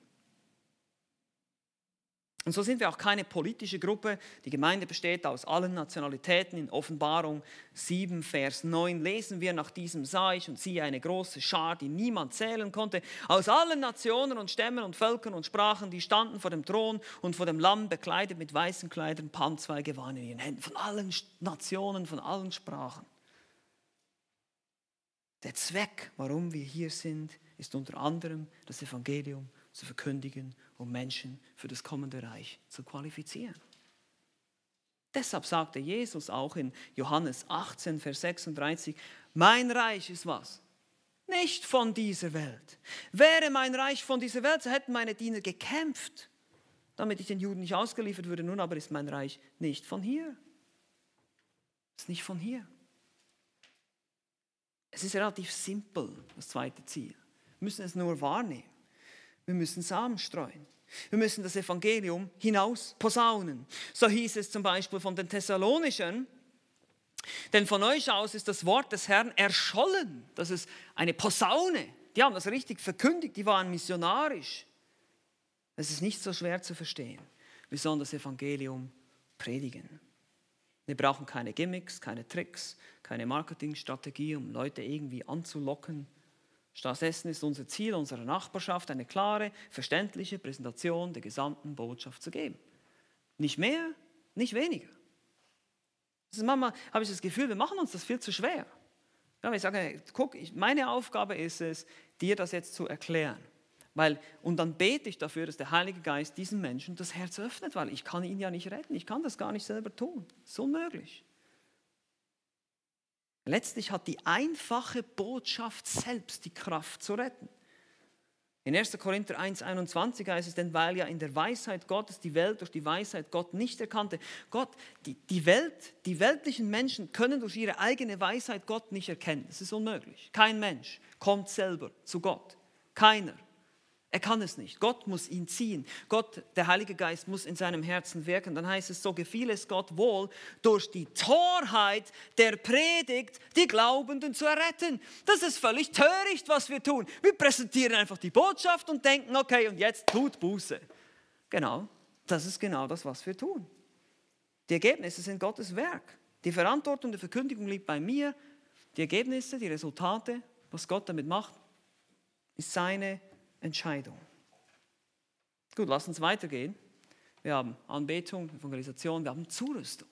Und so sind wir auch keine politische Gruppe. Die Gemeinde besteht aus allen Nationalitäten. In Offenbarung 7, Vers 9 lesen wir: Nach diesem sah ich und siehe eine große Schar, die niemand zählen konnte, aus allen Nationen und Stämmen und Völkern und Sprachen, die standen vor dem Thron und vor dem Lamm, bekleidet mit weißen Kleidern, Palmzweige waren in ihren Händen. Von allen Nationen, von allen Sprachen. Der Zweck, warum wir hier sind, ist unter anderem das Evangelium zu verkündigen, um Menschen für das kommende Reich zu qualifizieren. Deshalb sagte Jesus auch in Johannes 18, Vers 36, mein Reich ist was? Nicht von dieser Welt. Wäre mein Reich von dieser Welt, so hätten meine Diener gekämpft, damit ich den Juden nicht ausgeliefert würde. Nun aber ist mein Reich nicht von hier. Es ist nicht von hier. Es ist relativ simpel, das zweite Ziel. Wir müssen es nur wahrnehmen. Wir müssen Samen streuen. Wir müssen das Evangelium hinaus posaunen. So hieß es zum Beispiel von den Thessalonichern, denn von euch aus ist das Wort des Herrn erschollen. Das ist eine Posaune. Die haben das richtig verkündigt, die waren missionarisch. Es ist nicht so schwer zu verstehen. Wir sollen das Evangelium predigen. Wir brauchen keine Gimmicks, keine Tricks, keine Marketingstrategie, um Leute irgendwie anzulocken. Stattdessen ist unser Ziel, unserer Nachbarschaft eine klare, verständliche Präsentation der gesamten Botschaft zu geben. Nicht mehr, nicht weniger. Manchmal habe ich das Gefühl, wir machen uns das viel zu schwer. Ja, ich sage, guck, meine Aufgabe ist es, dir das jetzt zu erklären. Und dann bete ich dafür, dass der Heilige Geist diesen Menschen das Herz öffnet, weil ich kann ihn ja nicht retten. Ich kann das gar nicht selber tun. Das ist unmöglich. Letztlich hat die einfache Botschaft selbst die Kraft zu retten. In 1. Korinther 1,21 heißt es, denn weil ja in der Weisheit Gottes die Welt durch die Weisheit Gott nicht erkannte. Die weltlichen Menschen können durch ihre eigene Weisheit Gott nicht erkennen. Das ist unmöglich. Kein Mensch kommt selber zu Gott. Keiner. Er kann es nicht. Gott muss ihn ziehen. Gott, der Heilige Geist, muss in seinem Herzen wirken. Dann heißt es, so gefiel es Gott wohl, durch die Torheit der Predigt die Glaubenden zu erretten. Das ist völlig töricht, was wir tun. Wir präsentieren einfach die Botschaft und denken, okay, und jetzt tut Buße. Genau, das ist genau das, was wir tun. Die Ergebnisse sind Gottes Werk. Die Verantwortung der Verkündigung liegt bei mir. Die Ergebnisse, die Resultate, was Gott damit macht, ist seine Entscheidung. Gut, lass uns weitergehen. Wir haben Anbetung, Evangelisation, wir haben Zurüstung.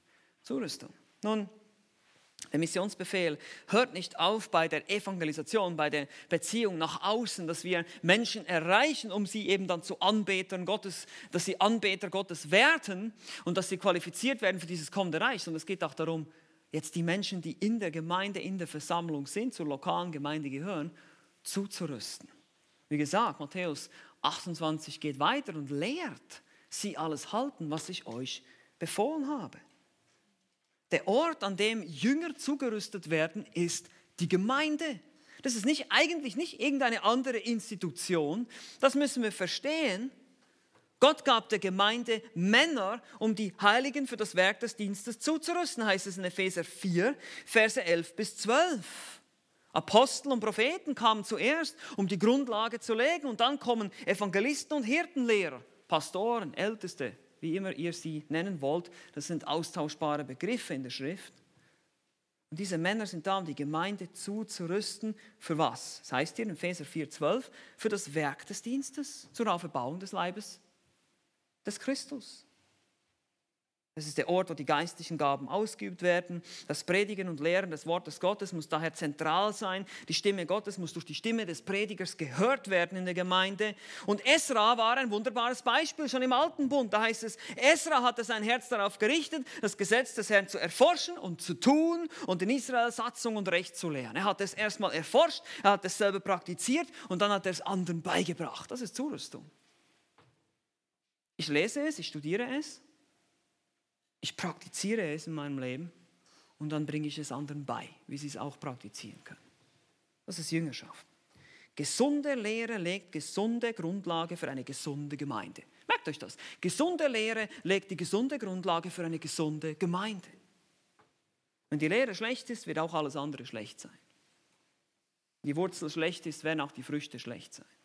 Nun, der Missionsbefehl hört nicht auf bei der Evangelisation, bei der Beziehung nach außen, dass wir Menschen erreichen, um sie eben dann zu Anbetern Gottes, dass sie Anbeter Gottes werden und dass sie qualifiziert werden für dieses kommende Reich. Und es geht auch darum, jetzt die Menschen, die in der Gemeinde, in der Versammlung sind, zur lokalen Gemeinde gehören, zuzurüsten. Wie gesagt, Matthäus 28 geht weiter und lehrt sie alles halten, was ich euch befohlen habe. Der Ort, an dem Jünger zugerüstet werden, ist die Gemeinde. Das ist eigentlich nicht irgendeine andere Institution. Das müssen wir verstehen. Gott gab der Gemeinde Männer, um die Heiligen für das Werk des Dienstes zuzurüsten, heißt es in Epheser 4, Verse 11 bis 12. Apostel und Propheten kamen zuerst, um die Grundlage zu legen, und dann kommen Evangelisten und Hirtenlehrer, Pastoren, Älteste, wie immer ihr sie nennen wollt. Das sind austauschbare Begriffe in der Schrift. Und diese Männer sind da, um die Gemeinde zuzurüsten. Für was? Das heißt hier in Epheser 4,12, für das Werk des Dienstes, zur Auferbauung des Leibes des Christus. Das ist der Ort, wo die geistlichen Gaben ausgeübt werden. Das Predigen und Lehren des Wortes Gottes muss daher zentral sein. Die Stimme Gottes muss durch die Stimme des Predigers gehört werden in der Gemeinde. Und Esra war ein wunderbares Beispiel, schon im Alten Bund. Da heißt es, Esra hatte sein Herz darauf gerichtet, das Gesetz des Herrn zu erforschen und zu tun und in Israel Satzung und Recht zu lehren. Er hat es erstmal erforscht, er hat es selber praktiziert und dann hat er es anderen beigebracht. Das ist Zurüstung. Ich lese es, ich studiere es. Ich praktiziere es in meinem Leben und dann bringe ich es anderen bei, wie sie es auch praktizieren können. Das ist Jüngerschaft. Gesunde Lehre legt gesunde Grundlage für eine gesunde Gemeinde. Merkt euch das. Gesunde Lehre legt die gesunde Grundlage für eine gesunde Gemeinde. Wenn die Lehre schlecht ist, wird auch alles andere schlecht sein. die Wurzel schlecht ist, werden auch die Früchte schlecht sein.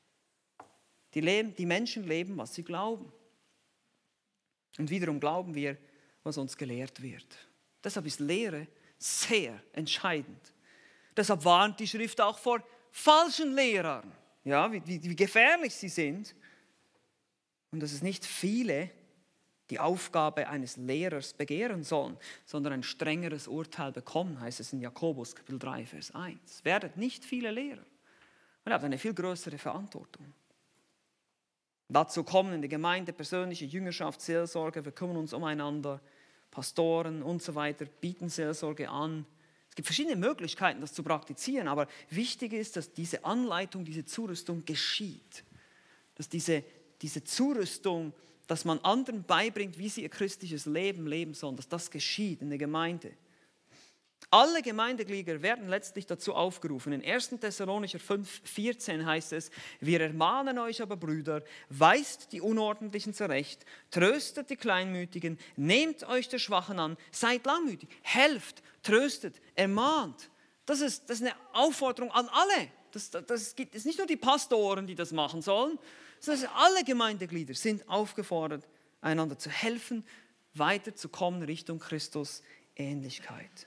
Die Menschen leben, was sie glauben. Und wiederum glauben wir, was uns gelehrt wird. Deshalb ist Lehre sehr entscheidend. Deshalb warnt die Schrift auch vor falschen Lehrern, ja, wie gefährlich sie sind. Und dass es nicht viele die Aufgabe eines Lehrers begehren sollen, sondern ein strengeres Urteil bekommen, heißt es in Jakobus Kapitel 3, Vers 1. Werdet nicht viele Lehrer. Und ihr habt eine viel größere Verantwortung. Dazu kommen in der Gemeinde persönliche Jüngerschaft, Seelsorge, wir kümmern uns umeinander, Pastoren und so weiter bieten Seelsorge an. Es gibt verschiedene Möglichkeiten, das zu praktizieren, aber wichtig ist, dass diese Anleitung, diese Zurüstung geschieht. Dass diese Zurüstung, dass man anderen beibringt, wie sie ihr christliches Leben leben sollen, dass das geschieht in der Gemeinde. Alle Gemeindeglieder werden letztlich dazu aufgerufen. In 1. Thessalonicher 5,14 heißt es, wir ermahnen euch aber, Brüder, weist die Unordentlichen zurecht, tröstet die Kleinmütigen, nehmt euch der Schwachen an, seid langmütig, helft, tröstet, ermahnt. Das ist eine Aufforderung an alle. Es ist nicht nur die Pastoren, die das machen sollen, sondern alle Gemeindeglieder sind aufgefordert, einander zu helfen, weiterzukommen Richtung Christus Ähnlichkeit.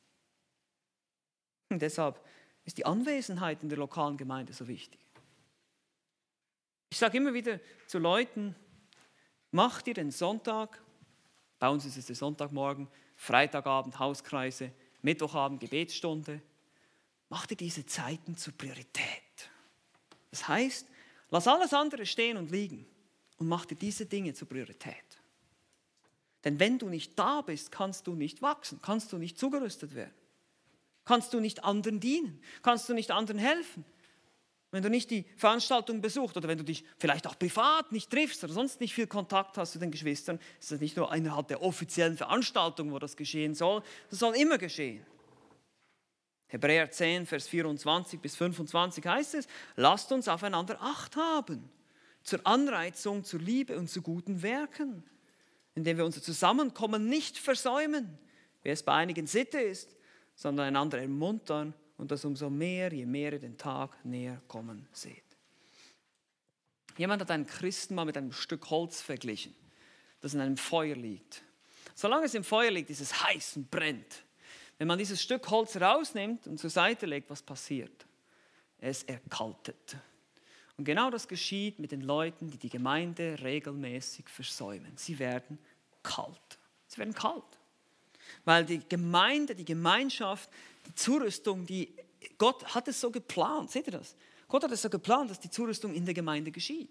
Und deshalb ist die Anwesenheit in der lokalen Gemeinde so wichtig. Ich sage immer wieder zu Leuten, macht ihr den Sonntag, bei uns ist es der Sonntagmorgen, Freitagabend Hauskreise, Mittwochabend Gebetsstunde, macht ihr diese Zeiten zur Priorität. Das heißt, lass alles andere stehen und liegen und mach dir diese Dinge zur Priorität. Denn wenn du nicht da bist, kannst du nicht wachsen, kannst du nicht zugerüstet werden. Kannst du nicht anderen dienen? Kannst du nicht anderen helfen? Wenn du nicht die Veranstaltung besuchst oder wenn du dich vielleicht auch privat nicht triffst oder sonst nicht viel Kontakt hast zu den Geschwistern, ist das nicht nur innerhalb der offiziellen Veranstaltung, wo das geschehen soll, das soll immer geschehen. Hebräer 10, Vers 24 bis 25 heißt es, lasst uns aufeinander Acht haben, zur Anreizung, zur Liebe und zu guten Werken, indem wir unser Zusammenkommen nicht versäumen, wie es bei einigen Sitte ist, sondern einander ermuntern und das umso mehr, je mehr ihr den Tag näher kommen seht. Jemand hat einen Christen mal mit einem Stück Holz verglichen, das in einem Feuer liegt. Solange es im Feuer liegt, ist es heiß und brennt. Wenn man dieses Stück Holz rausnimmt und zur Seite legt, was passiert? Es erkaltet. Und genau das geschieht mit den Leuten, die die Gemeinde regelmäßig versäumen. Sie werden kalt. Sie werden kalt. Weil die Gemeinde, die Gemeinschaft, die Zurüstung, Gott hat es so geplant, seht ihr das? Gott hat es so geplant, dass die Zurüstung in der Gemeinde geschieht.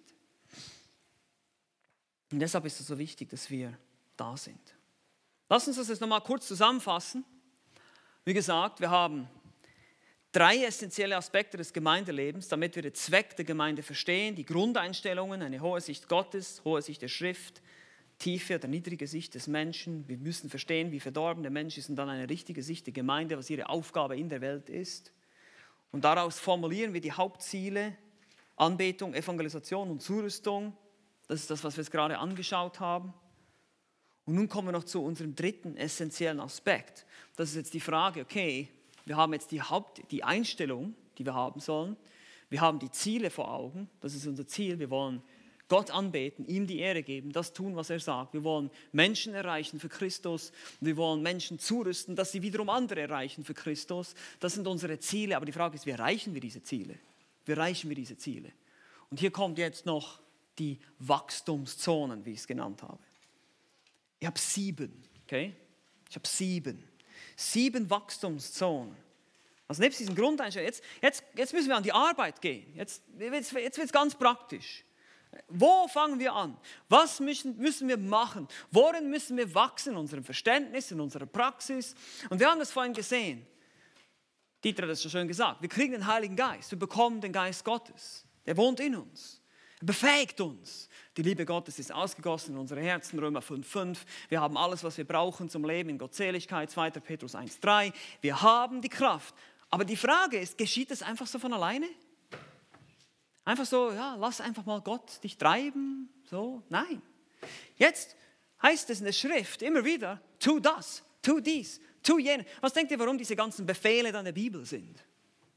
Und deshalb ist es so wichtig, dass wir da sind. Lass uns das jetzt nochmal kurz zusammenfassen. Wie gesagt, wir haben 3 essentielle Aspekte des Gemeindelebens, damit wir den Zweck der Gemeinde verstehen, die Grundeinstellungen, eine hohe Sicht Gottes, hohe Sicht der Schrift, tiefe oder niedrige Sicht des Menschen. Wir müssen verstehen, wie verdorben der Mensch ist und dann eine richtige Sicht der Gemeinde, was ihre Aufgabe in der Welt ist. Und daraus formulieren wir die Hauptziele, Anbetung, Evangelisation und Zurüstung. Das ist das, was wir jetzt gerade angeschaut haben. Und nun kommen wir noch zu unserem 3. essentiellen Aspekt. Das ist jetzt die Frage, okay, wir haben jetzt die Einstellung, die wir haben sollen. Wir haben die Ziele vor Augen, das ist unser Ziel. Wir wollen Gott anbeten, ihm die Ehre geben, das tun, was er sagt. Wir wollen Menschen erreichen für Christus. Wir wollen Menschen zurüsten, dass sie wiederum andere erreichen für Christus. Das sind unsere Ziele. Aber die Frage ist, wie erreichen wir diese Ziele? Wie erreichen wir diese Ziele? Und hier kommt jetzt noch die Wachstumszonen, wie ich es genannt habe. Ich habe 7, okay? Ich habe 7 Wachstumszonen. Also nebst diesen Grundeinstellungen, jetzt müssen wir an die Arbeit gehen. Jetzt wird es ganz praktisch. Wo fangen wir an? Was müssen wir machen? Worin müssen wir wachsen? In unserem Verständnis, in unserer Praxis. Und wir haben das vorhin gesehen. Dieter hat es schon schön gesagt. Wir kriegen den Heiligen Geist. Wir bekommen den Geist Gottes. Der wohnt in uns. Er befähigt uns. Die Liebe Gottes ist ausgegossen in unsere Herzen. Römer 5,5. Wir haben alles, was wir brauchen zum Leben in Gottseligkeit. 2. Petrus 1,3. Wir haben die Kraft. Aber die Frage ist, geschieht es einfach so von alleine? Einfach so, ja, lass einfach mal Gott dich treiben, so, nein. Jetzt heißt es in der Schrift immer wieder, tu das, tu dies, tu jenes. Was denkt ihr, warum diese ganzen Befehle dann in der Bibel sind?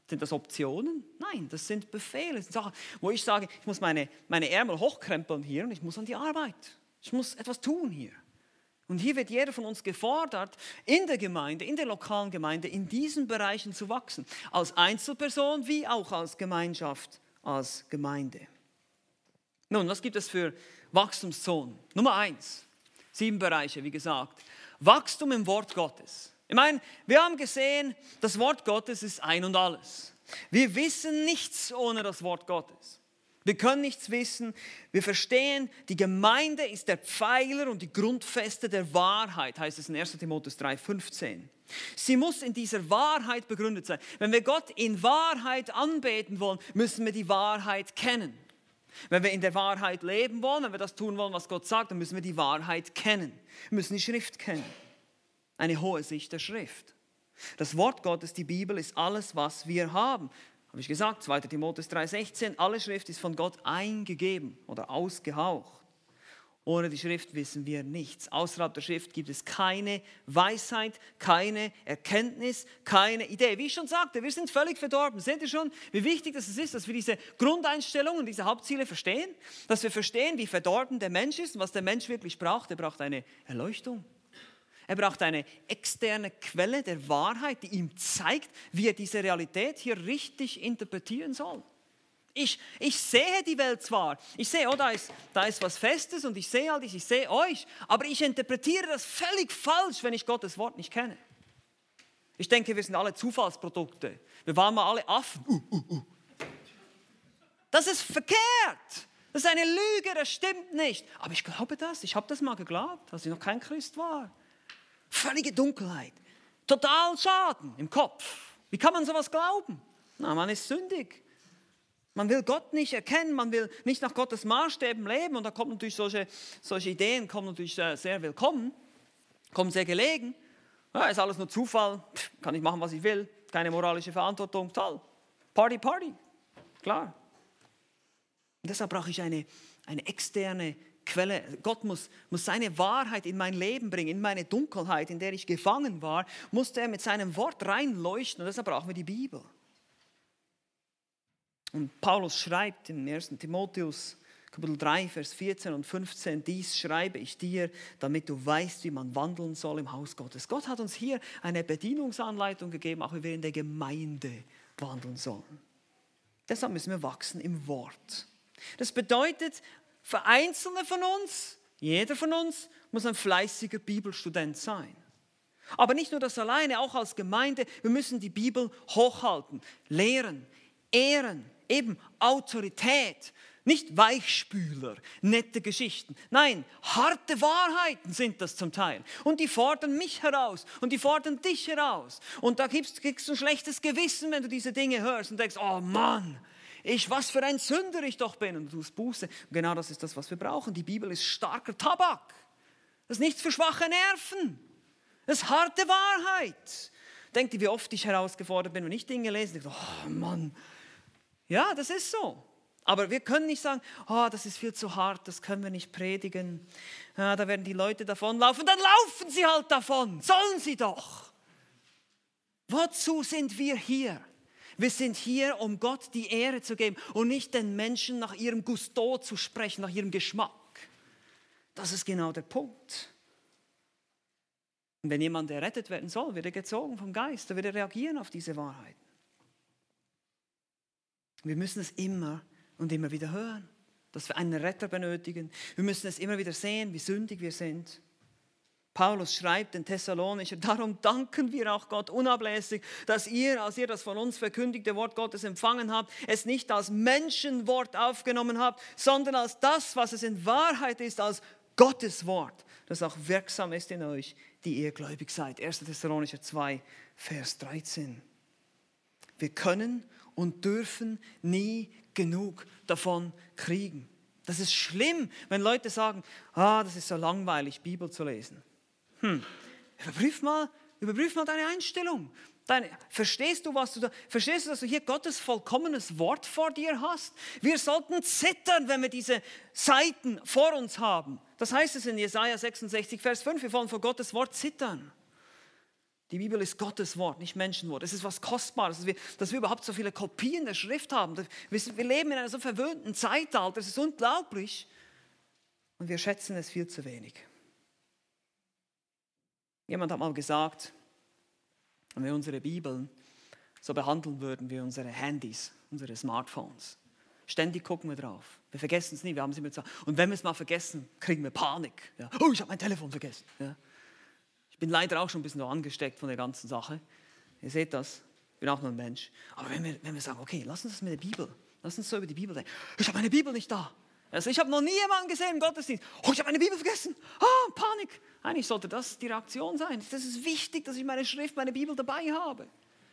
Sind das Optionen? Nein, das sind Befehle. Das sind Sachen, wo ich sage, ich muss meine Ärmel hochkrempeln hier und ich muss an die Arbeit. Ich muss etwas tun hier. Und hier wird jeder von uns gefordert, in der Gemeinde, in der lokalen Gemeinde, in diesen Bereichen zu wachsen. Als Einzelperson wie auch als Gemeinschaft, als Gemeinde. Nun, was gibt es für Wachstumszonen? Nummer 1, 7 Bereiche, wie gesagt. Wachstum im Wort Gottes. Ich meine, wir haben gesehen, das Wort Gottes ist ein und alles. Wir wissen nichts ohne das Wort Gottes. Wir können nichts wissen. Wir verstehen, die Gemeinde ist der Pfeiler und die Grundfeste der Wahrheit, heißt es in 1. Timotheus 3,15. Sie muss in dieser Wahrheit begründet sein. Wenn wir Gott in Wahrheit anbeten wollen, müssen wir die Wahrheit kennen. Wenn wir in der Wahrheit leben wollen, wenn wir das tun wollen, was Gott sagt, dann müssen wir die Wahrheit kennen. Wir müssen die Schrift kennen. Eine hohe Sicht der Schrift. Das Wort Gottes, die Bibel, ist alles, was wir haben. Habe ich gesagt, 2. Timotheus 3,16, alle Schrift ist von Gott eingegeben oder ausgehaucht. Ohne die Schrift wissen wir nichts. Außerhalb der Schrift gibt es keine Weisheit, keine Erkenntnis, keine Idee. Wie ich schon sagte, wir sind völlig verdorben. Seht ihr schon, wie wichtig es ist, dass wir diese Grundeinstellungen, diese Hauptziele verstehen? Dass wir verstehen, wie verdorben der Mensch ist und was der Mensch wirklich braucht. Er braucht eine Erleuchtung. Er braucht eine externe Quelle der Wahrheit, die ihm zeigt, wie er diese Realität hier richtig interpretieren soll. Ich sehe die Welt zwar, ich sehe, da ist was Festes und ich sehe euch, aber ich interpretiere das völlig falsch, wenn ich Gottes Wort nicht kenne. Ich denke, wir sind alle Zufallsprodukte. Wir waren mal alle Affen. Das ist verkehrt. Das ist eine Lüge, das stimmt nicht. Aber ich glaube das, ich habe das mal geglaubt, als ich noch kein Christ war. Völlige Dunkelheit, total Schaden im Kopf. Wie kann man sowas glauben? Na, man ist sündig. Man will Gott nicht erkennen, man will nicht nach Gottes Maßstäben leben. Und da kommen natürlich solche Ideen kommen natürlich sehr willkommen, kommen sehr gelegen. Ja, ist alles nur Zufall, kann ich machen, was ich will, keine moralische Verantwortung, toll. Party, klar. Und deshalb brauche ich eine externe Quelle. Gott muss seine Wahrheit in mein Leben bringen, in meine Dunkelheit, in der ich gefangen war, musste er mit seinem Wort reinleuchten und deshalb brauchen wir die Bibel. Und Paulus schreibt in 1. Timotheus Kapitel 3, Vers 14 und 15, dies schreibe ich dir, damit du weißt, wie man wandeln soll im Haus Gottes. Gott hat uns hier eine Bedienungsanleitung gegeben, auch wie wir in der Gemeinde wandeln sollen. Deshalb müssen wir wachsen im Wort. Das bedeutet, für Einzelne von uns, jeder von uns, muss ein fleißiger Bibelstudent sein. Aber nicht nur das alleine, auch als Gemeinde, wir müssen die Bibel hochhalten, lehren, ehren, eben Autorität, nicht Weichspüler, nette Geschichten. Nein, harte Wahrheiten sind das zum Teil. Und die fordern mich heraus und die fordern dich heraus. Und da kriegst du ein schlechtes Gewissen, wenn du diese Dinge hörst und denkst, oh Mann, was für ein Sünder ich doch bin. Und du tust Buße. Und genau das ist das, was wir brauchen. Die Bibel ist starker Tabak. Das ist nichts für schwache Nerven. Das ist harte Wahrheit. Denkt ihr, wie oft ich herausgefordert bin, wenn ich Dinge lese? Ich denke, oh Mann. Ja, das ist so. Aber wir können nicht sagen, das ist viel zu hart, das können wir nicht predigen. Ja, da werden die Leute davonlaufen. Dann laufen sie halt davon. Sollen sie doch. Wozu sind wir hier? Wir sind hier, um Gott die Ehre zu geben und nicht den Menschen nach ihrem Gusto zu sprechen, nach ihrem Geschmack. Das ist genau der Punkt. Und wenn jemand errettet werden soll, wird er gezogen vom Geist, dann wird er reagieren auf diese Wahrheit. Wir müssen es immer und immer wieder hören, dass wir einen Retter benötigen. Wir müssen es immer wieder sehen, wie sündig wir sind. Paulus schreibt den Thessalonicher, darum danken wir auch Gott unablässig, dass ihr, als ihr das von uns verkündigte Wort Gottes empfangen habt, es nicht als Menschenwort aufgenommen habt, sondern als das, was es in Wahrheit ist, als Gottes Wort, das auch wirksam ist in euch, die ihr gläubig seid. 1. Thessalonicher 2, Vers 13. Wir können und dürfen nie genug davon kriegen. Das ist schlimm, wenn Leute sagen, das ist so langweilig, Bibel zu lesen. Überprüf mal deine Einstellung. Verstehst du, dass du hier Gottes vollkommenes Wort vor dir hast? Wir sollten zittern, wenn wir diese Seiten vor uns haben. Das heißt es in Jesaja 66, Vers 5, wir wollen vor Gottes Wort zittern. Die Bibel ist Gottes Wort, nicht Menschenwort. Es ist was Kostbares, dass wir überhaupt so viele Kopien der Schrift haben. Wir leben in einem so verwöhnten Zeitalter, es ist unglaublich. Und wir schätzen es viel zu wenig. Jemand hat mal gesagt, wenn wir unsere Bibeln so behandeln würden wie unsere Handys, unsere Smartphones. Ständig gucken wir drauf. Wir vergessen es nie, wir haben es immer zu. Und wenn wir es mal vergessen, kriegen wir Panik. Ja. Oh, ich habe mein Telefon vergessen. Ja. Ich bin leider auch schon ein bisschen angesteckt von der ganzen Sache. Ihr seht das, ich bin auch nur ein Mensch. Aber wenn wir sagen, okay, lass uns das mit der Bibel, lass uns so über die Bibel denken. Ich habe meine Bibel nicht da. Also ich habe noch nie jemanden gesehen im Gottesdienst. Oh, ich habe meine Bibel vergessen. Ah, Panik. Eigentlich sollte das die Reaktion sein. Das ist wichtig, dass ich meine Schrift, meine Bibel dabei habe.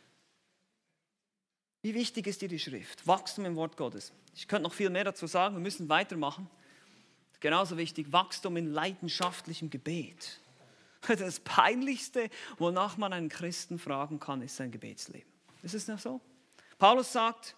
Wie wichtig ist dir die Schrift? Wachstum im Wort Gottes. Ich könnte noch viel mehr dazu sagen, wir müssen weitermachen. Genauso wichtig, Wachstum in leidenschaftlichem Gebet. Das Peinlichste, wonach man einen Christen fragen kann, ist sein Gebetsleben. Ist es nicht so? Paulus sagt,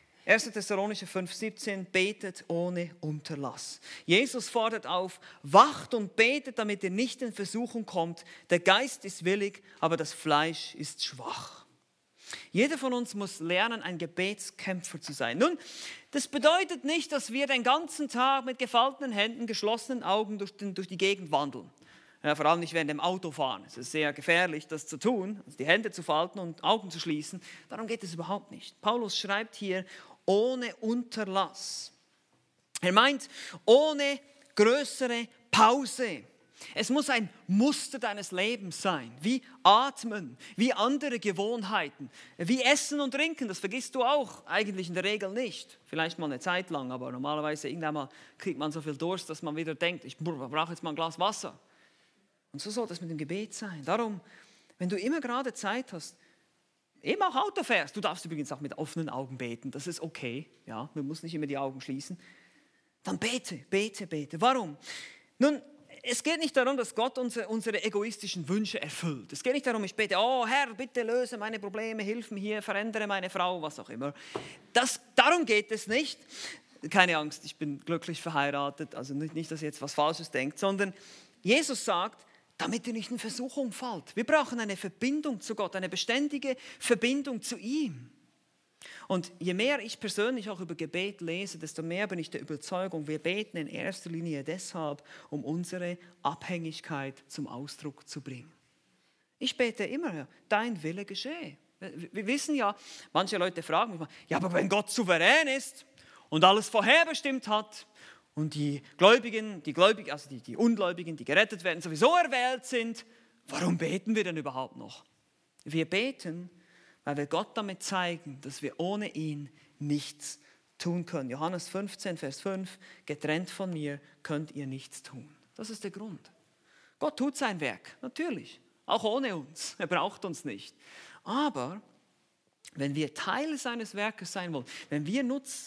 1. Thessalonicher 5,17, betet ohne Unterlass. Jesus fordert auf, wacht und betet, damit ihr nicht in Versuchung kommt. Der Geist ist willig, aber das Fleisch ist schwach. Jeder von uns muss lernen, ein Gebetskämpfer zu sein. Nun, das bedeutet nicht, dass wir den ganzen Tag mit gefalteten Händen, geschlossenen Augen durch die Gegend wandeln. Ja, vor allem nicht während dem Autofahren. Es ist sehr gefährlich, das zu tun, also die Hände zu falten und Augen zu schließen. Darum geht es überhaupt nicht. Paulus schreibt hier, ohne Unterlass. Er meint, ohne größere Pause. Es muss ein Muster deines Lebens sein, wie Atmen, wie andere Gewohnheiten, wie Essen und Trinken. Das vergisst du auch eigentlich in der Regel nicht. Vielleicht mal eine Zeit lang, aber normalerweise irgendwann mal kriegt man so viel Durst, dass man wieder denkt, ich brauche jetzt mal ein Glas Wasser. Und so soll das mit dem Gebet sein. Darum, wenn du immer gerade Zeit hast, eben auch Auto fährst, du darfst übrigens auch mit offenen Augen beten, das ist okay, ja, man muss nicht immer die Augen schließen, dann bete. Warum? Nun, es geht nicht darum, dass Gott unsere egoistischen Wünsche erfüllt. Es geht nicht darum, ich bete, oh Herr, bitte löse meine Probleme, hilf mir hier, verändere meine Frau, was auch immer. Darum geht es nicht. Keine Angst, ich bin glücklich verheiratet, also nicht, dass ihr jetzt was Falsches denkt, sondern Jesus sagt, damit ihr nicht in Versuchung fallt. Wir brauchen eine Verbindung zu Gott, eine beständige Verbindung zu ihm. Und je mehr ich persönlich auch über Gebet lese, desto mehr bin ich der Überzeugung, wir beten in erster Linie deshalb, um unsere Abhängigkeit zum Ausdruck zu bringen. Ich bete immer, dein Wille geschehe. Wir wissen ja, manche Leute fragen mich mal, ja, aber wenn Gott souverän ist und alles vorherbestimmt hat und die Ungläubigen, die gerettet werden, sowieso erwählt sind, warum beten wir denn überhaupt noch? Wir beten, weil wir Gott damit zeigen, dass wir ohne ihn nichts tun können. Johannes 15, Vers 5, getrennt von mir könnt ihr nichts tun. Das ist der Grund. Gott tut sein Werk, natürlich, auch ohne uns. Er braucht uns nicht. Aber wenn wir Teil seines Werkes sein wollen, wenn wir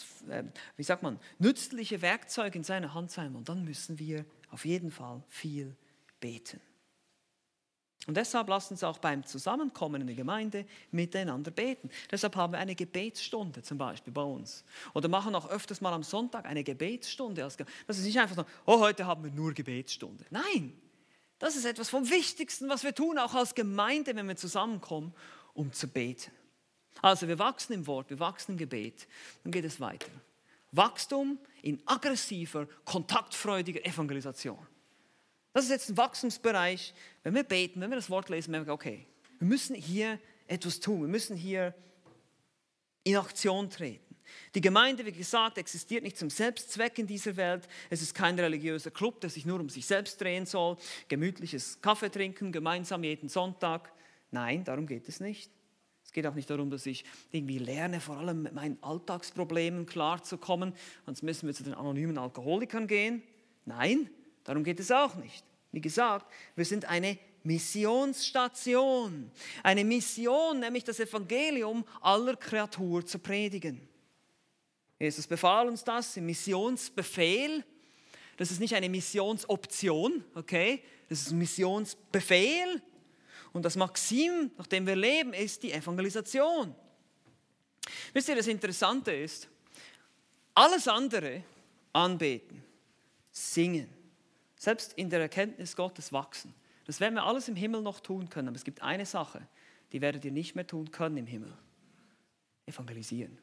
nützliche Werkzeuge in seiner Hand sein wollen, dann müssen wir auf jeden Fall viel beten. Und deshalb lasst uns auch beim Zusammenkommen in der Gemeinde miteinander beten. Deshalb haben wir eine Gebetsstunde zum Beispiel bei uns. Oder machen auch öfters mal am Sonntag eine Gebetsstunde. Das ist nicht einfach so, oh, heute haben wir nur Gebetsstunde. Nein, das ist etwas vom Wichtigsten, was wir tun, auch als Gemeinde, wenn wir zusammenkommen, um zu beten. Also wir wachsen im Wort, wir wachsen im Gebet. Dann geht es weiter. Wachstum in aggressiver, kontaktfreudiger Evangelisation. Das ist jetzt ein Wachstumsbereich. Wenn wir beten, wenn wir das Wort lesen, merken wir, okay, wir müssen hier etwas tun. Wir müssen hier in Aktion treten. Die Gemeinde, wie gesagt, existiert nicht zum Selbstzweck in dieser Welt. Es ist kein religiöser Club, der sich nur um sich selbst drehen soll. Gemütliches Kaffee trinken, gemeinsam jeden Sonntag. Nein, darum geht es nicht. Es geht auch nicht darum, dass ich irgendwie lerne, vor allem mit meinen Alltagsproblemen klarzukommen. Sonst müssen wir zu den anonymen Alkoholikern gehen. Nein, darum geht es auch nicht. Wie gesagt, wir sind eine Missionsstation. Eine Mission, nämlich das Evangelium aller Kreatur zu predigen. Jesus befahl uns das im Missionsbefehl. Das ist nicht eine Missionsoption, okay? Das ist ein Missionsbefehl. Und das Maxim, nach dem wir leben, ist die Evangelisation. Wisst ihr, das Interessante ist, alles andere, anbeten, singen, selbst in der Erkenntnis Gottes wachsen, Das werden wir alles im Himmel noch tun können. Aber es gibt eine Sache, die werdet ihr nicht mehr tun können im Himmel. Evangelisieren.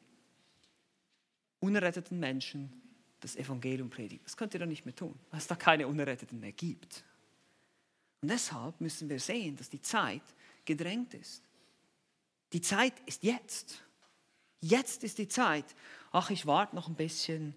Unerretteten Menschen das Evangelium predigen. Das könnt ihr dann nicht mehr tun, weil es da keine Unerretteten mehr gibt. Und deshalb müssen wir sehen, dass die Zeit gedrängt ist. Die Zeit ist jetzt. Jetzt ist die Zeit. Ach, ich warte noch ein bisschen.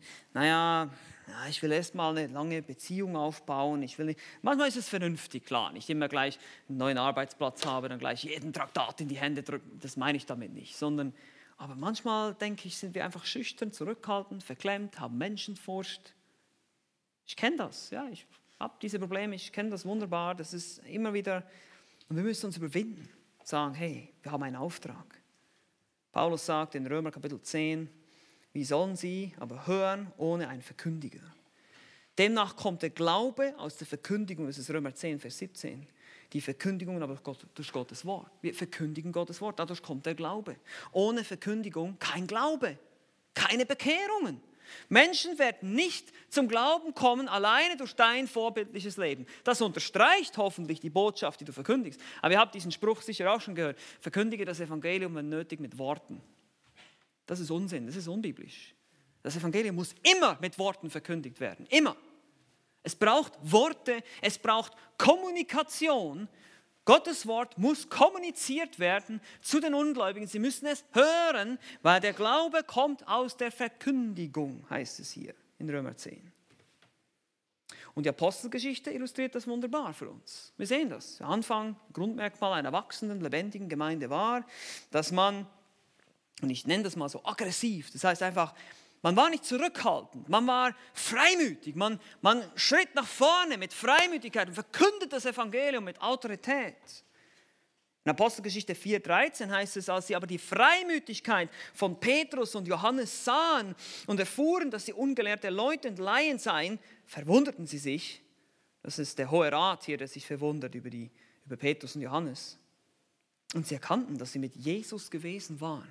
Ich will erst mal eine lange Beziehung aufbauen. Manchmal ist es vernünftig, klar. Nicht immer gleich einen neuen Arbeitsplatz habe, dann gleich jeden Traktat in die Hände drücken. Das meine ich damit nicht. Aber manchmal, denke ich, sind wir einfach schüchtern, zurückhaltend, verklemmt, haben Menschenfurcht. Ich kenne das. Ja, ich habe diese Probleme. Ich kenne das wunderbar. Das ist immer wieder. Und wir müssen uns überwinden. Sagen, hey, wir haben einen Auftrag. Paulus sagt in Römer Kapitel 10, wie sollen sie aber hören ohne einen Verkündiger? Demnach kommt der Glaube aus der Verkündigung, das ist Römer 10, Vers 17. Die Verkündigung aber durch Gottes Wort. Wir verkündigen Gottes Wort, dadurch kommt der Glaube. Ohne Verkündigung kein Glaube, keine Bekehrungen. Menschen werden nicht zum Glauben kommen, alleine durch dein vorbildliches Leben. Das unterstreicht hoffentlich die Botschaft, die du verkündigst. Aber ihr habt diesen Spruch sicher auch schon gehört. Verkündige das Evangelium, wenn nötig, mit Worten. Das ist Unsinn, das ist unbiblisch. Das Evangelium muss immer mit Worten verkündigt werden. Immer. Es braucht Worte, es braucht Kommunikation. Gottes Wort muss kommuniziert werden zu den Ungläubigen. Sie müssen es hören, weil der Glaube kommt aus der Verkündigung, heißt es hier in Römer 10. Und die Apostelgeschichte illustriert das wunderbar für uns. Wir sehen das. Der Anfang, Grundmerkmal einer wachsenden, lebendigen Gemeinde war, dass man, und ich nenne das mal so aggressiv, das heißt einfach, man war nicht zurückhaltend, man war freimütig, man schritt nach vorne mit Freimütigkeit und verkündet das Evangelium mit Autorität. In Apostelgeschichte 4,13 heißt es, als sie aber die Freimütigkeit von Petrus und Johannes sahen und erfuhren, dass sie ungelehrte Leute und Laien seien, verwunderten sie sich. Das ist der Hohe Rat hier, der sich verwundert über Petrus und Johannes. Und sie erkannten, dass sie mit Jesus gewesen waren.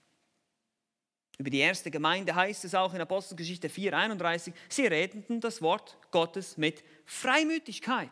Über die erste Gemeinde heißt es auch in Apostelgeschichte 4,31, sie redeten das Wort Gottes mit Freimütigkeit.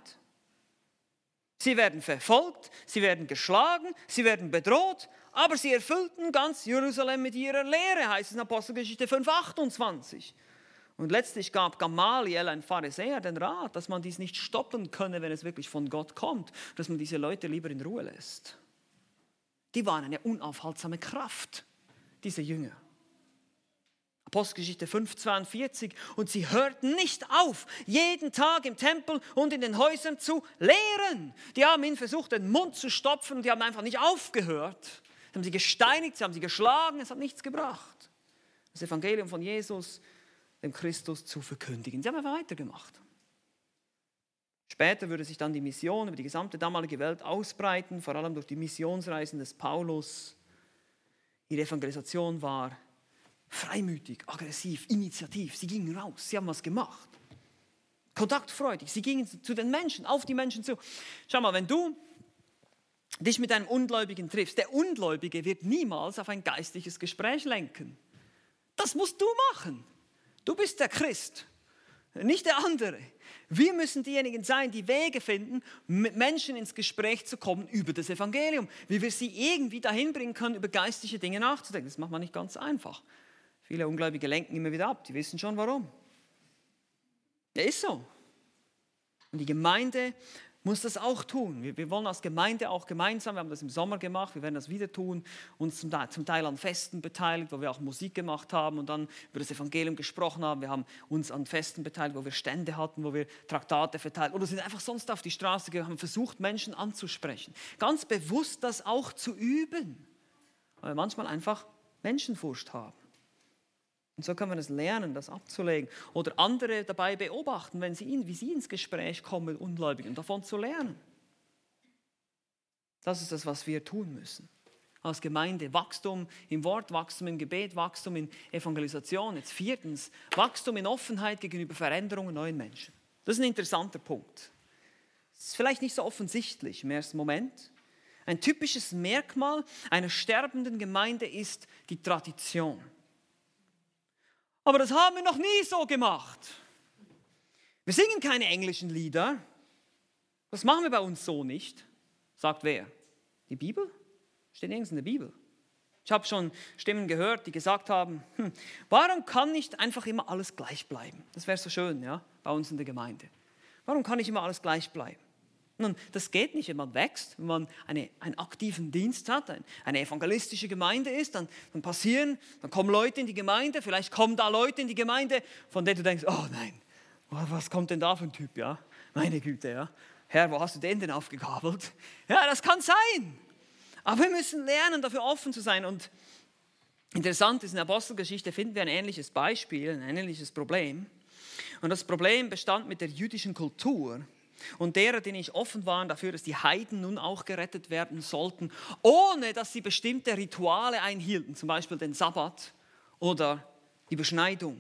Sie werden verfolgt, sie werden geschlagen, sie werden bedroht, aber sie erfüllten ganz Jerusalem mit ihrer Lehre, heißt es in Apostelgeschichte 5,28. Und letztlich gab Gamaliel, ein Pharisäer, den Rat, dass man dies nicht stoppen könne, wenn es wirklich von Gott kommt, dass man diese Leute lieber in Ruhe lässt. Die waren eine unaufhaltsame Kraft, diese Jünger. Apostelgeschichte 5,42 und sie hörten nicht auf, jeden Tag im Tempel und in den Häusern zu lehren. Die haben ihnen versucht, den Mund zu stopfen und die haben einfach nicht aufgehört. Sie haben sie gesteinigt, sie haben sie geschlagen, es hat nichts gebracht. Das Evangelium von Jesus, dem Christus, zu verkündigen. Sie haben einfach weitergemacht. Später würde sich dann die Mission über die gesamte damalige Welt ausbreiten, vor allem durch die Missionsreisen des Paulus. Ihre Evangelisation war freimütig, aggressiv, initiativ. Sie gingen raus, sie haben was gemacht. Kontaktfreudig, sie gingen zu den Menschen, auf die Menschen zu. Schau mal, wenn du dich mit einem Ungläubigen triffst, der Ungläubige wird niemals auf ein geistliches Gespräch lenken. Das musst du machen. Du bist der Christ, nicht der andere. Wir müssen diejenigen sein, die Wege finden, mit Menschen ins Gespräch zu kommen über das Evangelium. Wie wir sie irgendwie dahin bringen können, über geistliche Dinge nachzudenken. Das macht man nicht ganz einfach. Viele Ungläubige lenken immer wieder ab, die wissen schon warum. Ja, ist so. Und die Gemeinde muss das auch tun. Wir wollen als Gemeinde auch gemeinsam, wir haben das im Sommer gemacht, wir werden das wieder tun, uns zum Teil an Festen beteiligt, wo wir auch Musik gemacht haben und dann über das Evangelium gesprochen haben. Wir haben uns an Festen beteiligt, wo wir Stände hatten, wo wir Traktate verteilt oder sind einfach sonst auf die Straße gegangen, haben versucht, Menschen anzusprechen. Ganz bewusst das auch zu üben, weil wir manchmal einfach Menschenfurcht haben. Und so kann man es lernen, das abzulegen. Oder andere dabei beobachten, wie sie ins Gespräch kommen mit Ungläubigen, und davon zu lernen. Das ist das, was wir tun müssen. Als Gemeinde Wachstum im Wort, Wachstum im Gebet, Wachstum in Evangelisation. Jetzt 4. Wachstum in Offenheit gegenüber Veränderungen neuen Menschen. Das ist ein interessanter Punkt. Das ist vielleicht nicht so offensichtlich im ersten Moment. Ein typisches Merkmal einer sterbenden Gemeinde ist die Tradition. Aber das haben wir noch nie so gemacht. Wir singen keine englischen Lieder. Das machen wir bei uns so nicht. Sagt wer? Die Bibel? Steht nirgends in der Bibel. Ich habe schon Stimmen gehört, die gesagt haben, warum kann nicht einfach immer alles gleich bleiben? Das wäre so schön, ja, bei uns in der Gemeinde. Warum kann nicht immer alles gleich bleiben? Nun, das geht nicht, wenn man wächst, wenn man einen aktiven Dienst hat, eine evangelistische Gemeinde ist, dann kommen Leute in die Gemeinde, vielleicht kommen da Leute in die Gemeinde, von denen du denkst, oh nein, was kommt denn da für ein Typ, ja? Meine Güte, ja. Herr, wo hast du den denn aufgegabelt? Ja, das kann sein. Aber wir müssen lernen, dafür offen zu sein. Und interessant ist, in der Apostelgeschichte finden wir ein ähnliches Beispiel, ein ähnliches Problem. Und das Problem bestand mit der jüdischen Kultur und derer, die nicht offen waren dafür, dass die Heiden nun auch gerettet werden sollten, ohne dass sie bestimmte Rituale einhielten, zum Beispiel den Sabbat oder die Beschneidung.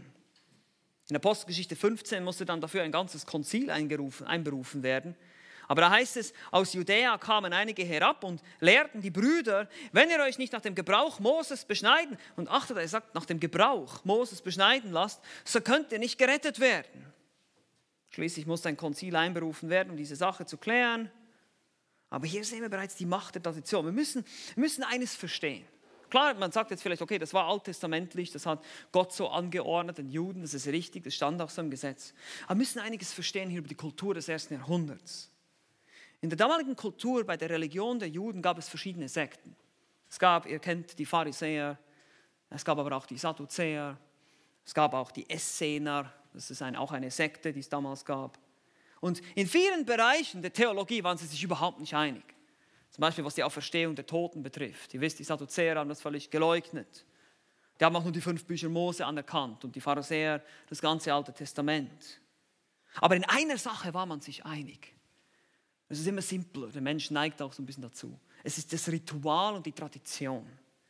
In Apostelgeschichte 15 musste dann dafür ein ganzes Konzil einberufen werden. Aber da heißt es, aus Judäa kamen einige herab und lehrten die Brüder, wenn ihr euch nicht nach dem Gebrauch Moses beschneiden, und achtet, er sagt, nach dem Gebrauch Moses beschneiden lasst, so könnt ihr nicht gerettet werden. Schließlich musste ein Konzil einberufen werden, um diese Sache zu klären. Aber hier sehen wir bereits die Macht der Tradition. Wir müssen eines verstehen. Klar, man sagt jetzt vielleicht, okay, das war alttestamentlich, das hat Gott so angeordnet, den Juden, das ist richtig, das stand auch so im Gesetz. Aber wir müssen einiges verstehen hier über die Kultur des 1. Jahrhunderts. In der damaligen Kultur, bei der Religion der Juden, gab es verschiedene Sekten. Ihr kennt die Pharisäer, es gab aber auch die Sadduzäer, es gab auch die Essener, das ist auch eine Sekte, die es damals gab. Und in vielen Bereichen der Theologie waren sie sich überhaupt nicht einig. Zum Beispiel, was die Auferstehung der Toten betrifft. Ihr wisst, die Sadduzäer haben das völlig geleugnet. Die haben auch nur die 5 Bücher Mose anerkannt und die Pharisäer das ganze Alte Testament. Aber in einer Sache war man sich einig. Es ist immer simpler, der Mensch neigt auch so ein bisschen dazu. Es ist das Ritual und die Tradition.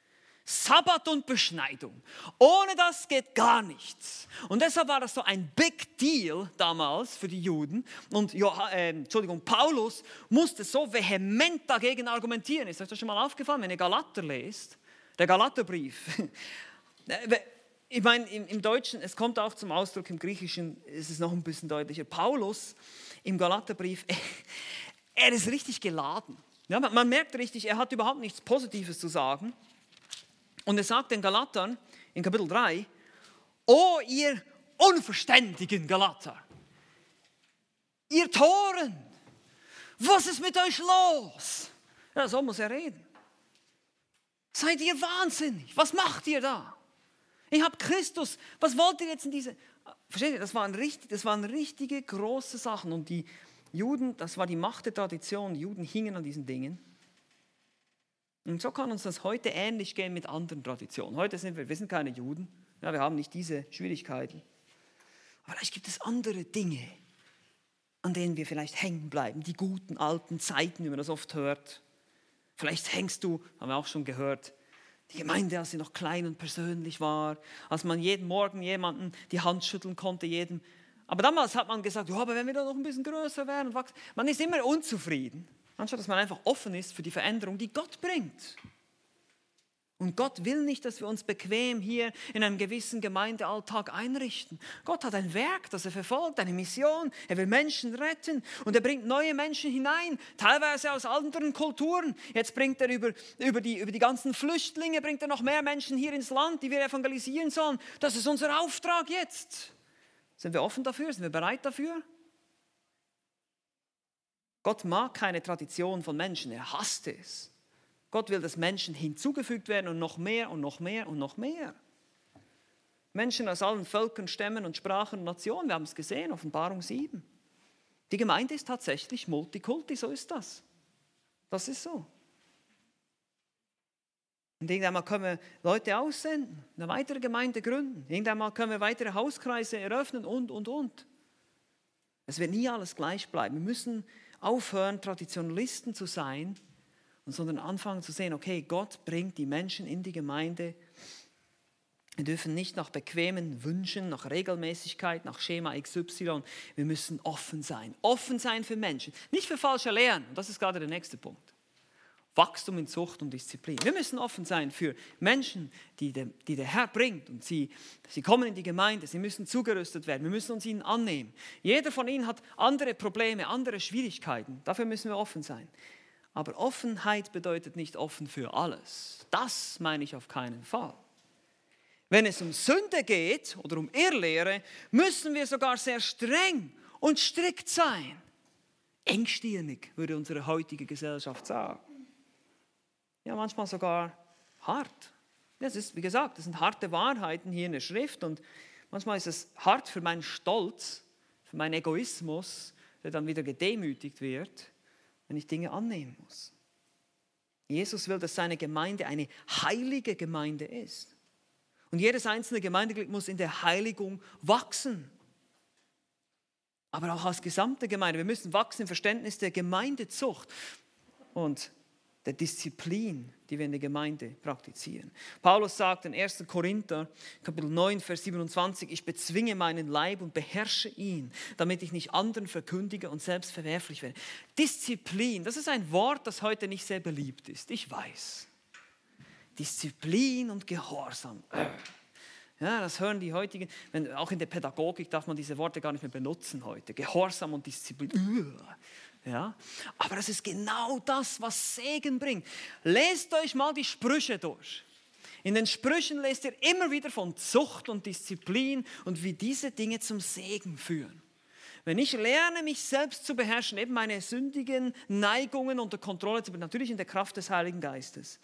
Sabbat und Beschneidung. Ohne das geht gar nichts. Und deshalb war das so ein Big Deal damals für die Juden. Und Paulus musste so vehement dagegen argumentieren. Ist euch das schon mal aufgefallen, wenn ihr Galater lest? Der Galaterbrief. Ich meine, im Deutschen, es kommt auch zum Ausdruck, im Griechischen ist es noch ein bisschen deutlicher. Paulus im Galaterbrief, er ist richtig geladen. Ja, man merkt richtig, er hat überhaupt nichts Positives zu sagen. Und er sagt den Galatern in Kapitel 3, oh ihr unverständigen Galater, ihr Toren, was ist mit euch los? Ja, so muss er reden. Seid ihr wahnsinnig? Was macht ihr da? Ich habe Christus, was wollt ihr jetzt in diese... Versteht ihr, das waren richtige große Sachen. Und die Juden, das war die Macht der Tradition, die Juden hingen an diesen Dingen. Und so kann uns das heute ähnlich gehen mit anderen Traditionen. Heute sind wir sind keine Juden, ja, wir haben nicht diese Schwierigkeiten. Aber vielleicht gibt es andere Dinge, an denen wir vielleicht hängen bleiben. Die guten alten Zeiten, wie man das oft hört. Vielleicht hängst du, haben wir auch schon gehört, die Gemeinde, als sie noch klein und persönlich war, als man jeden Morgen jemanden die Hand schütteln konnte, jedem. Aber damals hat man gesagt, ja, aber wenn wir da noch ein bisschen größer werden und wachsen, man ist immer unzufrieden. Anstatt dass man einfach offen ist für die Veränderung, die Gott bringt. Und Gott will nicht, dass wir uns bequem hier in einem gewissen Gemeindealltag einrichten. Gott hat ein Werk, das er verfolgt, eine Mission. Er will Menschen retten und er bringt neue Menschen hinein, teilweise aus anderen Kulturen. Jetzt bringt er über die ganzen Flüchtlinge, bringt er noch mehr Menschen hier ins Land, die wir evangelisieren sollen. Das ist unser Auftrag jetzt. Sind wir offen dafür? Sind wir bereit dafür? Gott mag keine Tradition von Menschen, er hasst es. Gott will, dass Menschen hinzugefügt werden und noch mehr und noch mehr und noch mehr. Menschen aus allen Völkern, Stämmen und Sprachen und Nationen, wir haben es gesehen, Offenbarung 7. Die Gemeinde ist tatsächlich Multikulti, so ist das. Das ist so. Und irgendwann mal können wir Leute aussenden, eine weitere Gemeinde gründen. Irgendwann mal können wir weitere Hauskreise eröffnen und. Es wird nie alles gleich bleiben. Wir müssen aufhören, Traditionalisten zu sein, sondern anfangen zu sehen, okay, Gott bringt die Menschen in die Gemeinde. Wir dürfen nicht nach bequemen Wünschen, nach Regelmäßigkeit, nach Schema XY. Wir müssen offen sein. Offen sein für Menschen, nicht für falsche Lehren. Und das ist gerade der nächste Punkt. Wachstum in Zucht und Disziplin. Wir müssen offen sein für Menschen, die der Herr bringt. Und sie kommen in die Gemeinde, sie müssen zugerüstet werden. Wir müssen uns ihnen annehmen. Jeder von ihnen hat andere Probleme, andere Schwierigkeiten. Dafür müssen wir offen sein. Aber Offenheit bedeutet nicht offen für alles. Das meine ich auf keinen Fall. Wenn es um Sünde geht oder um Irrlehre, müssen wir sogar sehr streng und strikt sein. Engstirnig, würde unsere heutige Gesellschaft sagen. Ja, manchmal sogar hart. Das ist, wie gesagt, das sind harte Wahrheiten hier in der Schrift und manchmal ist es hart für meinen Stolz, für meinen Egoismus, der dann wieder gedemütigt wird, wenn ich Dinge annehmen muss. Jesus will, dass seine Gemeinde eine heilige Gemeinde ist. Und jedes einzelne Gemeindeglied muss in der Heiligung wachsen. Aber auch als gesamte Gemeinde. Wir müssen wachsen im Verständnis der Gemeindezucht und der Disziplin, die wir in der Gemeinde praktizieren. Paulus sagt in 1. Korinther, Kapitel 9, Vers 27, ich bezwinge meinen Leib und beherrsche ihn, damit ich nicht anderen verkündige und selbst verwerflich werde. Disziplin, das ist ein Wort, das heute nicht sehr beliebt ist. Ich weiß. Disziplin und Gehorsam. Ja, das hören die heutigen, auch in der Pädagogik darf man diese Worte gar nicht mehr benutzen heute. Gehorsam und Disziplin. Ja, aber das ist genau das, was Segen bringt. Lest euch mal die Sprüche durch. In den Sprüchen lest ihr immer wieder von Zucht und Disziplin und wie diese Dinge zum Segen führen. Wenn ich lerne, mich selbst zu beherrschen, eben meine sündigen Neigungen unter Kontrolle zu bringen, natürlich in der Kraft des Heiligen Geistes,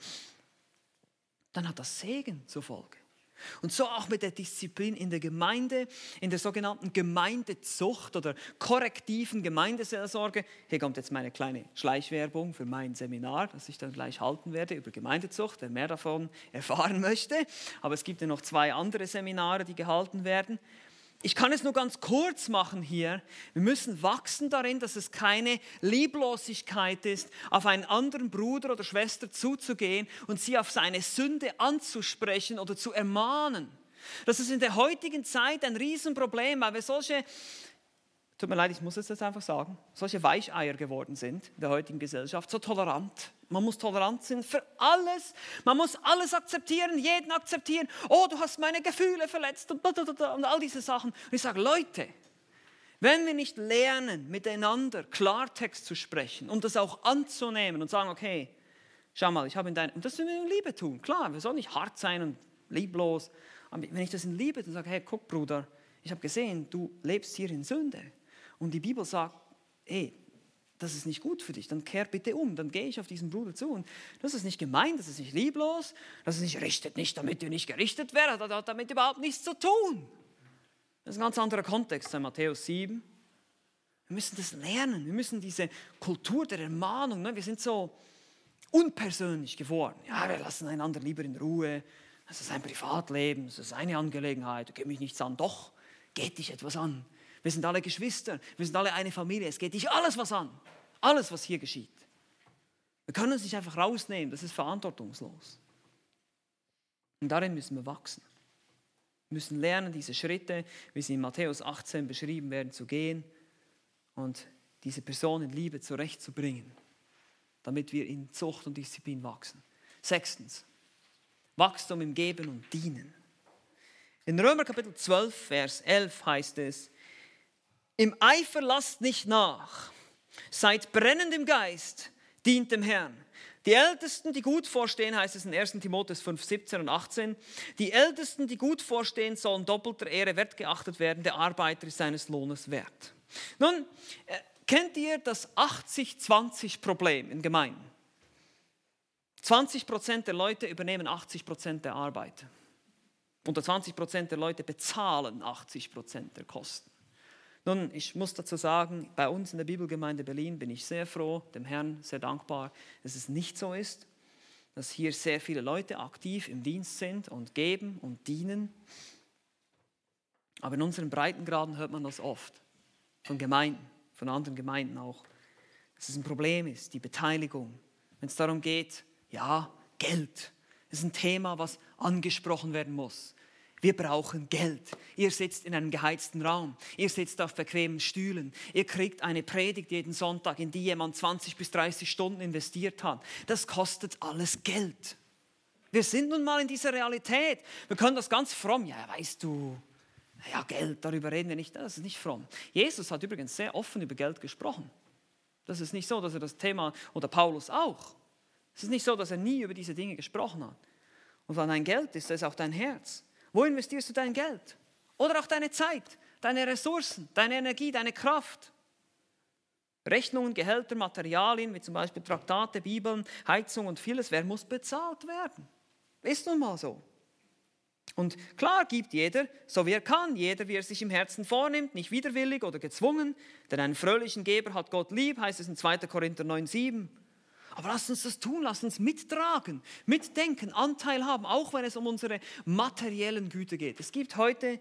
dann hat das Segen zur Folge. Und so auch mit der Disziplin in der Gemeinde, in der sogenannten Gemeindezucht oder korrektiven Gemeindeseelsorge. Hier kommt jetzt meine kleine Schleichwerbung für mein Seminar, das ich dann gleich halten werde über Gemeindezucht, wer mehr davon erfahren möchte. Aber es gibt ja noch 2 andere Seminare, die gehalten werden. Ich kann es nur ganz kurz machen hier. Wir müssen wachsen darin, dass es keine Lieblosigkeit ist, auf einen anderen Bruder oder Schwester zuzugehen und sie auf seine Sünde anzusprechen oder zu ermahnen. Das ist in der heutigen Zeit ein Riesenproblem, weil wir solche, tut mir leid, ich muss es jetzt einfach sagen, solche Weicheier geworden sind in der heutigen Gesellschaft, so tolerant. Man muss tolerant sein für alles. Man muss alles akzeptieren, jeden akzeptieren. Oh, du hast meine Gefühle verletzt und all diese Sachen. Und ich sage, Leute, wenn wir nicht lernen, miteinander Klartext zu sprechen und das auch anzunehmen und sagen, okay, schau mal, ich habe und das müssen wir in Liebe tun. Klar, wir sollen nicht hart sein und lieblos. Aber wenn ich das in Liebe tue, sage, hey, guck, Bruder, ich habe gesehen, du lebst hier in Sünde. Und die Bibel sagt, hey, das ist nicht gut für dich, dann kehr bitte um, dann gehe ich auf diesen Bruder zu. Und das ist nicht gemein, das ist nicht lieblos, das ist nicht richtet nicht, damit ihr nicht gerichtet werdet, das hat damit überhaupt nichts zu tun. Das ist ein ganz anderer Kontext in Matthäus 7. Wir müssen das lernen, wir müssen diese Kultur der Ermahnung, wir sind so unpersönlich geworden. Ja, wir lassen einander lieber in Ruhe, das ist ein Privatleben, das ist eine Angelegenheit, geht mich nichts an. Doch, geht dich etwas an. Wir sind alle Geschwister, wir sind alle eine Familie. Es geht dich alles was an, alles was hier geschieht. Wir können uns nicht einfach rausnehmen, das ist verantwortungslos. Und darin müssen wir wachsen. Wir müssen lernen, diese Schritte, wie sie in Matthäus 18 beschrieben werden, zu gehen und diese Person in Liebe zurechtzubringen, damit wir in Zucht und Disziplin wachsen. 6. Wachstum im Geben und Dienen. In Römer Kapitel 12, Vers 11 heißt es, im Eifer lasst nicht nach, seid brennend im Geist, dient dem Herrn. Die Ältesten, die gut vorstehen, heißt es in 1. Timotheus 5, 17 und 18, die Ältesten, die gut vorstehen, sollen doppelter Ehre wert geachtet werden, der Arbeiter ist seines Lohnes wert. Nun, kennt ihr das 80-20-Problem in Gemeinden? 20% der Leute übernehmen 80% der Arbeit. Unter 20% der Leute bezahlen 80% der Kosten. Nun, ich muss dazu sagen, bei uns in der Bibelgemeinde Berlin bin ich sehr froh, dem Herrn sehr dankbar, dass es nicht so ist, dass hier sehr viele Leute aktiv im Dienst sind und geben und dienen. Aber in unseren Breitengraden hört man das oft, von Gemeinden, von anderen Gemeinden auch, dass es ein Problem ist, die Beteiligung. Wenn es darum geht, ja, Geld ist ein Thema, was angesprochen werden muss. Wir brauchen Geld. Ihr sitzt in einem geheizten Raum. Ihr sitzt auf bequemen Stühlen. Ihr kriegt eine Predigt jeden Sonntag, in die jemand 20 bis 30 Stunden investiert hat. Das kostet alles Geld. Wir sind nun mal in dieser Realität. Wir können das ganz fromm, ja, weißt du, ja, Geld, darüber reden wir nicht. Das ist nicht fromm. Jesus hat übrigens sehr offen über Geld gesprochen. Das ist nicht so, dass er das Thema, oder Paulus auch. Es ist nicht so, dass er nie über diese Dinge gesprochen hat. Und wenn dein Geld ist, das ist auch dein Herz. Wo investierst du dein Geld? Oder auch deine Zeit, deine Ressourcen, deine Energie, deine Kraft? Rechnungen, Gehälter, Materialien, wie zum Beispiel Traktate, Bibeln, Heizung und vieles, wer muss bezahlt werden? Ist nun mal so. Und klar gibt jeder, so wie er kann, jeder, wie er sich im Herzen vornimmt, nicht widerwillig oder gezwungen, denn einen fröhlichen Geber hat Gott lieb, heißt es in 2. Korinther 9,7. Aber lasst uns das tun, lasst uns mittragen, mitdenken, Anteil haben, auch wenn es um unsere materiellen Güter geht. Es gibt heute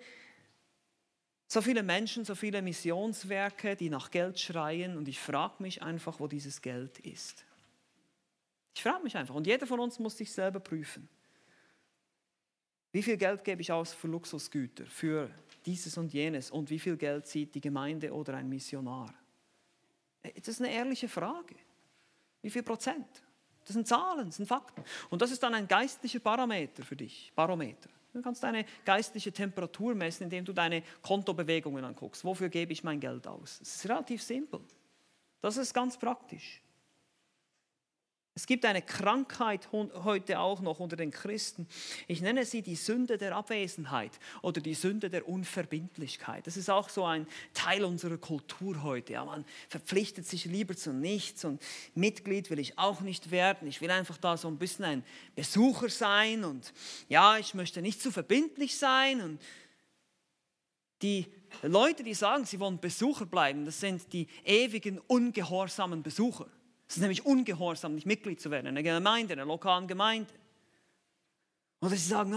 so viele Menschen, so viele Missionswerke, die nach Geld schreien und ich frage mich einfach, wo dieses Geld ist. Ich frage mich einfach und jeder von uns muss sich selber prüfen. Wie viel Geld gebe ich aus für Luxusgüter, für dieses und jenes und wie viel Geld zieht die Gemeinde oder ein Missionar? Das ist eine ehrliche Frage. Wie viel Prozent? Das sind Zahlen, das sind Fakten. Und das ist dann ein geistlicher Parameter für dich. Barometer. Du kannst deine geistliche Temperatur messen, indem du deine Kontobewegungen anguckst. Wofür gebe ich mein Geld aus? Das ist relativ simpel. Das ist ganz praktisch. Es gibt eine Krankheit heute auch noch unter den Christen. Ich nenne sie die Sünde der Abwesenheit oder die Sünde der Unverbindlichkeit. Das ist auch so ein Teil unserer Kultur heute. Ja, man verpflichtet sich lieber zu nichts und Mitglied will ich auch nicht werden. Ich will einfach da so ein bisschen ein Besucher sein und ja, ich möchte nicht zu verbindlich sein. Und die Leute, die sagen, sie wollen Besucher bleiben, das sind die ewigen, ungehorsamen Besucher. Es ist nämlich ungehorsam, nicht Mitglied zu werden in einer Gemeinde, in einer lokalen Gemeinde. Oder sie sagen,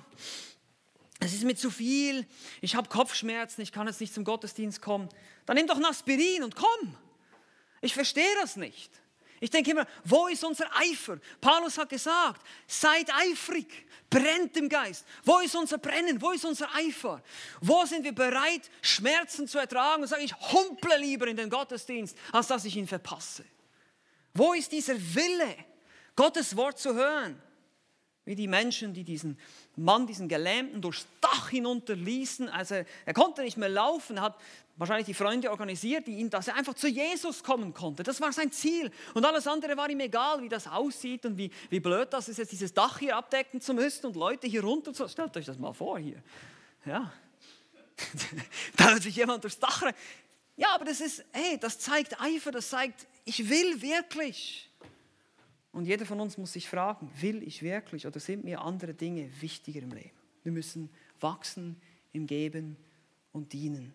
es ist mir zu viel, ich habe Kopfschmerzen, ich kann jetzt nicht zum Gottesdienst kommen. Dann nimm doch ein Aspirin und komm. Ich verstehe das nicht. Ich denke immer, wo ist unser Eifer? Paulus hat gesagt, seid eifrig, brennt im Geist. Wo ist unser Brennen? Wo ist unser Eifer? Wo sind wir bereit, Schmerzen zu ertragen und sagen, ich humple lieber in den Gottesdienst, als dass ich ihn verpasse? Wo ist dieser Wille, Gottes Wort zu hören? Wie die Menschen, die diesen Mann, diesen Gelähmten durchs Dach hinunterließen. Also er konnte nicht mehr laufen, hat wahrscheinlich die Freunde organisiert, dass er einfach zu Jesus kommen konnte. Das war sein Ziel. Und alles andere war ihm egal, wie das aussieht und wie blöd das ist, jetzt dieses Dach hier abdecken zu müssen und Leute hier runter zu... Stellt euch das mal vor hier. Ja. Da hat sich jemand durchs Dach rein... Ja, aber das zeigt Eifer, das zeigt, ich will wirklich. Und jeder von uns muss sich fragen, will ich wirklich oder sind mir andere Dinge wichtiger im Leben? Wir müssen wachsen im Geben und Dienen.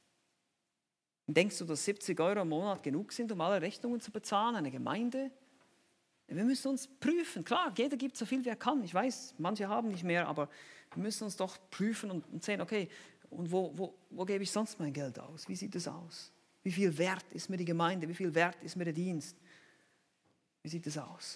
Und denkst du, dass 70 € im Monat genug sind, um alle Rechnungen zu bezahlen, eine Gemeinde? Wir müssen uns prüfen. Klar, jeder gibt so viel, wie er kann. Ich weiß, manche haben nicht mehr, aber wir müssen uns doch prüfen und sehen, okay, und wo gebe ich sonst mein Geld aus? Wie sieht es aus? Wie viel wert ist mir die Gemeinde? Wie viel wert ist mir der Dienst? Wie sieht es aus?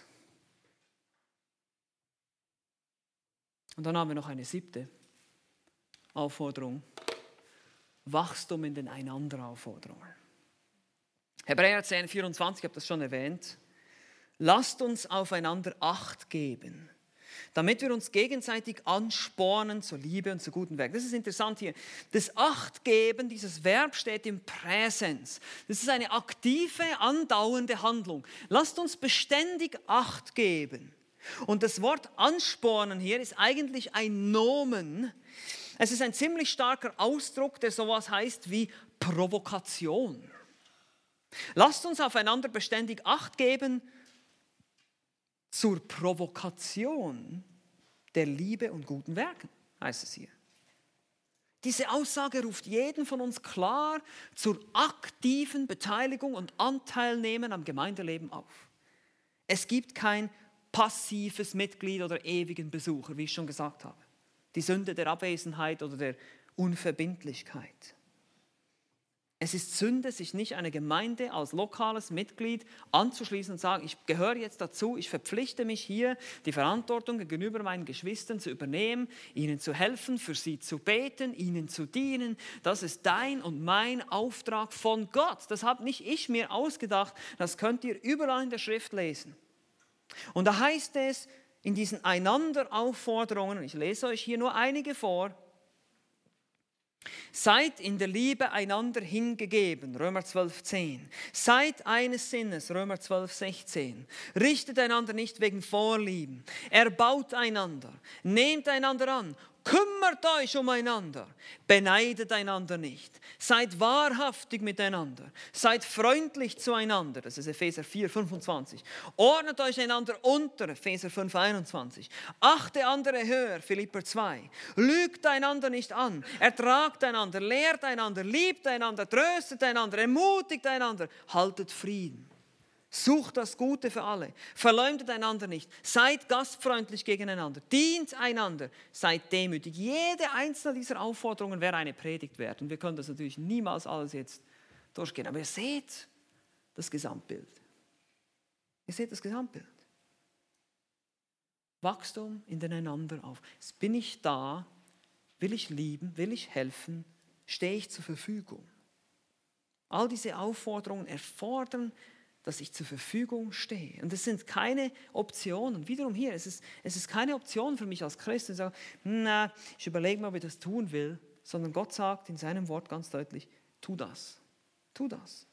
Und dann haben wir noch eine 7. Aufforderung. Wachstum in den Einanderaufforderungen. Hebräer 10,24, ich habe das schon erwähnt. Lasst uns aufeinander Acht geben, damit wir uns gegenseitig anspornen zur Liebe und zu guten Werken. Das ist interessant hier. Das Achtgeben, dieses Verb steht im Präsens. Das ist eine aktive, andauernde Handlung. Lasst uns beständig Acht geben. Und das Wort anspornen hier ist eigentlich ein Nomen. Es ist ein ziemlich starker Ausdruck, der sowas heißt wie Provokation. Lasst uns aufeinander beständig Acht geben, zur Provokation der Liebe und guten Werken, heißt es hier. Diese Aussage ruft jeden von uns klar zur aktiven Beteiligung und Anteilnehmen am Gemeindeleben auf. Es gibt kein passives Mitglied oder ewigen Besucher, wie ich schon gesagt habe. Die Sünde der Abwesenheit oder der Unverbindlichkeit. Es ist Sünde, sich nicht einer Gemeinde als lokales Mitglied anzuschließen und zu sagen, ich gehöre jetzt dazu, ich verpflichte mich hier, die Verantwortung gegenüber meinen Geschwistern zu übernehmen, ihnen zu helfen, für sie zu beten, ihnen zu dienen. Das ist dein und mein Auftrag von Gott. Das habe nicht ich mir ausgedacht, das könnt ihr überall in der Schrift lesen. Und da heißt es in diesen Einander-Aufforderungen, ich lese euch hier nur einige vor, seid in der Liebe einander hingegeben, Römer 12,10. Seid eines Sinnes, Römer 12,16. Richtet einander nicht wegen Vorlieben. Erbaut einander. Nehmt einander an. Kümmert euch umeinander. Beneidet einander nicht. Seid wahrhaftig miteinander. Seid freundlich zueinander. Das ist Epheser 4,25. Ordnet euch einander unter. Epheser 5,21. Achte andere höher. Philipper 2. Lügt einander nicht an. Ertragt einander. Lehrt einander. Liebt einander. Tröstet einander. Ermutigt einander. Haltet Frieden. Sucht das Gute für alle. Verleumdet einander nicht. Seid gastfreundlich gegeneinander. Dient einander. Seid demütig. Jede einzelne dieser Aufforderungen wäre eine Predigt wert. Und wir können das natürlich niemals alles jetzt durchgehen. Aber ihr seht das Gesamtbild. Ihr seht das Gesamtbild. Wachstum in den Einander auf. Jetzt bin ich da, will ich lieben, will ich helfen, stehe ich zur Verfügung. All diese Aufforderungen erfordern, dass ich zur Verfügung stehe. Und es sind keine Optionen. Wiederum hier, es ist keine Option für mich als Christ, zu sagen, na, ich überlege mal, ob ich das tun will, sondern Gott sagt in seinem Wort ganz deutlich, tu das. Tu das.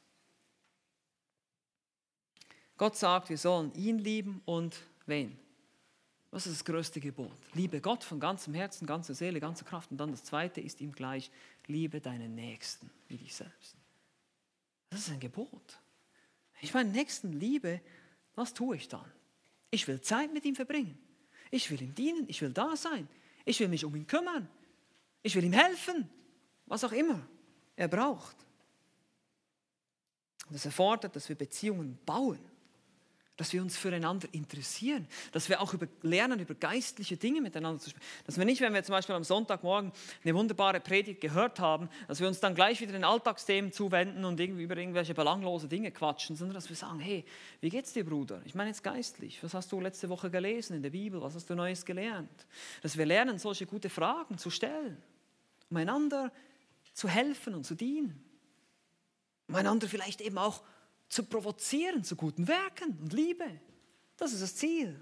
Gott sagt, wir sollen ihn lieben und wen? Was ist das größte Gebot? Liebe Gott von ganzem Herzen, ganzer Seele, ganzer Kraft. Und dann das zweite ist ihm gleich, liebe deinen Nächsten wie dich selbst. Das ist ein Gebot. Ich meine, Nächsten liebe, was tue ich dann? Ich will Zeit mit ihm verbringen. Ich will ihm dienen, ich will da sein. Ich will mich um ihn kümmern. Ich will ihm helfen. Was auch immer er braucht. Und das erfordert, dass wir Beziehungen bauen. Dass wir uns füreinander interessieren, dass wir auch lernen, über geistliche Dinge miteinander zu sprechen. Dass wir nicht, wenn wir zum Beispiel am Sonntagmorgen eine wunderbare Predigt gehört haben, dass wir uns dann gleich wieder den Alltagsthemen zuwenden und irgendwie über irgendwelche belanglose Dinge quatschen, sondern dass wir sagen, hey, wie geht's dir, Bruder? Ich meine jetzt geistlich. Was hast du letzte Woche gelesen in der Bibel? Was hast du Neues gelernt? Dass wir lernen, solche gute Fragen zu stellen, um einander zu helfen und zu dienen. Um einander vielleicht eben auch zu provozieren zu guten Werken und Liebe. Das ist das Ziel.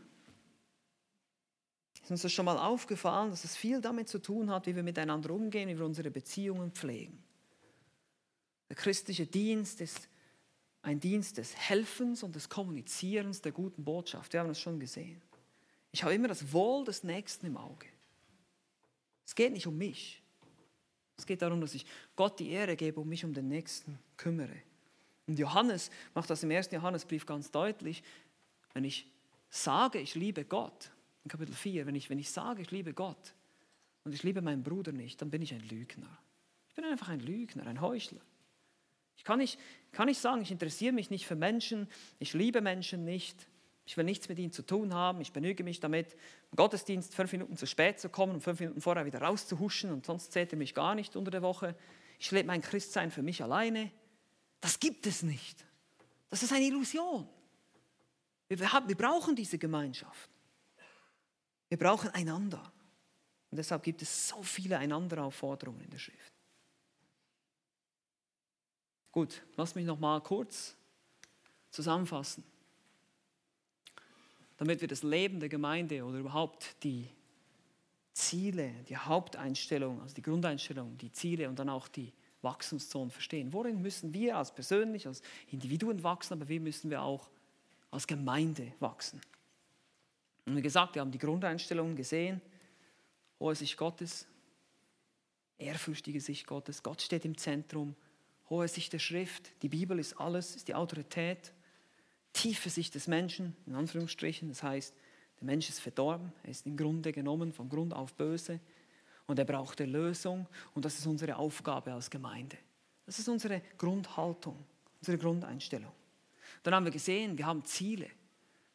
Ist uns das schon mal aufgefallen, dass es viel damit zu tun hat, wie wir miteinander umgehen, wie wir unsere Beziehungen pflegen. Der christliche Dienst ist ein Dienst des Helfens und des Kommunizierens der guten Botschaft. Wir haben das schon gesehen. Ich habe immer das Wohl des Nächsten im Auge. Es geht nicht um mich. Es geht darum, dass ich Gott die Ehre gebe und mich um den Nächsten kümmere. Und Johannes macht das im 1. Johannesbrief ganz deutlich. Wenn ich sage, ich liebe Gott, in Kapitel 4, wenn ich sage, ich liebe Gott und ich liebe meinen Bruder nicht, dann bin ich ein Lügner. Ich bin einfach ein Lügner, ein Heuchler. Ich kann nicht sagen, ich interessiere mich nicht für Menschen, ich liebe Menschen nicht, ich will nichts mit ihnen zu tun haben, ich begnüge mich damit, im Gottesdienst 5 Minuten zu spät zu kommen und 5 Minuten vorher wieder rauszuhuschen und sonst zählt er mich gar nicht unter der Woche. Ich lebe mein Christsein für mich alleine. Das gibt es nicht. Das ist eine Illusion. Wir brauchen diese Gemeinschaft. Wir brauchen einander. Und deshalb gibt es so viele Einanderaufforderungen in der Schrift. Gut, lass mich noch mal kurz zusammenfassen. Damit wir das Leben der Gemeinde oder überhaupt die Ziele, die Haupteinstellung, also die Grundeinstellung, die Ziele und dann auch die Wachstumszonen verstehen. Worin müssen wir als persönlich, als Individuen wachsen, aber wie müssen wir auch als Gemeinde wachsen? Und wie gesagt, wir haben die Grundeinstellungen gesehen. Hohe Sicht Gottes, ehrfürchtige Sicht Gottes, Gott steht im Zentrum, hohe Sicht der Schrift, die Bibel ist alles, ist die Autorität, tiefe Sicht des Menschen, in Anführungsstrichen, das heißt, der Mensch ist verdorben, er ist im Grunde genommen von Grund auf böse. Und er braucht Erlösung und das ist unsere Aufgabe als Gemeinde. Das ist unsere Grundhaltung, unsere Grundeinstellung. Dann haben wir gesehen, wir haben Ziele.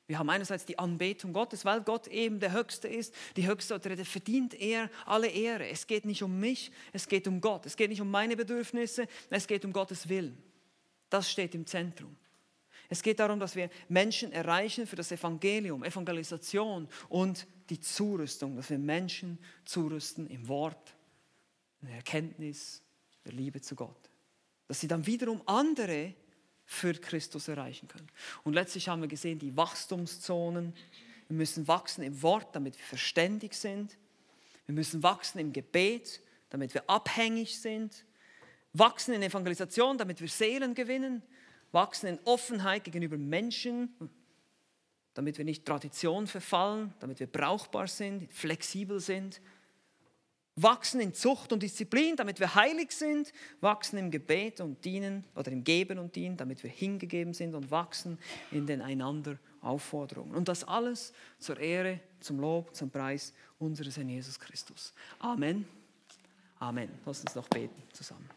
Wir haben einerseits die Anbetung Gottes, weil Gott eben der Höchste ist, die höchste Autorität, verdient er alle Ehre. Es geht nicht um mich, es geht um Gott. Es geht nicht um meine Bedürfnisse, es geht um Gottes Willen. Das steht im Zentrum. Es geht darum, dass wir Menschen erreichen für das Evangelium, Evangelisation und die Zurüstung, dass wir Menschen zurüsten im Wort, in der Erkenntnis, der Liebe zu Gott. Dass sie dann wiederum andere für Christus erreichen können. Und letztlich haben wir gesehen, die Wachstumszonen. Wir müssen wachsen im Wort, damit wir verständig sind. Wir müssen wachsen im Gebet, damit wir abhängig sind. Wachsen in Evangelisation, damit wir Seelen gewinnen. Wachsen in Offenheit gegenüber Menschen, damit wir nicht Tradition verfallen, damit wir brauchbar sind, flexibel sind. Wachsen in Zucht und Disziplin, damit wir heilig sind. Wachsen im Gebet und Dienen oder im Geben und Dienen, damit wir hingegeben sind. Und wachsen in den einander Aufforderungen. Und das alles zur Ehre, zum Lob, zum Preis unseres Herrn Jesus Christus. Amen. Amen. Lass uns noch beten zusammen.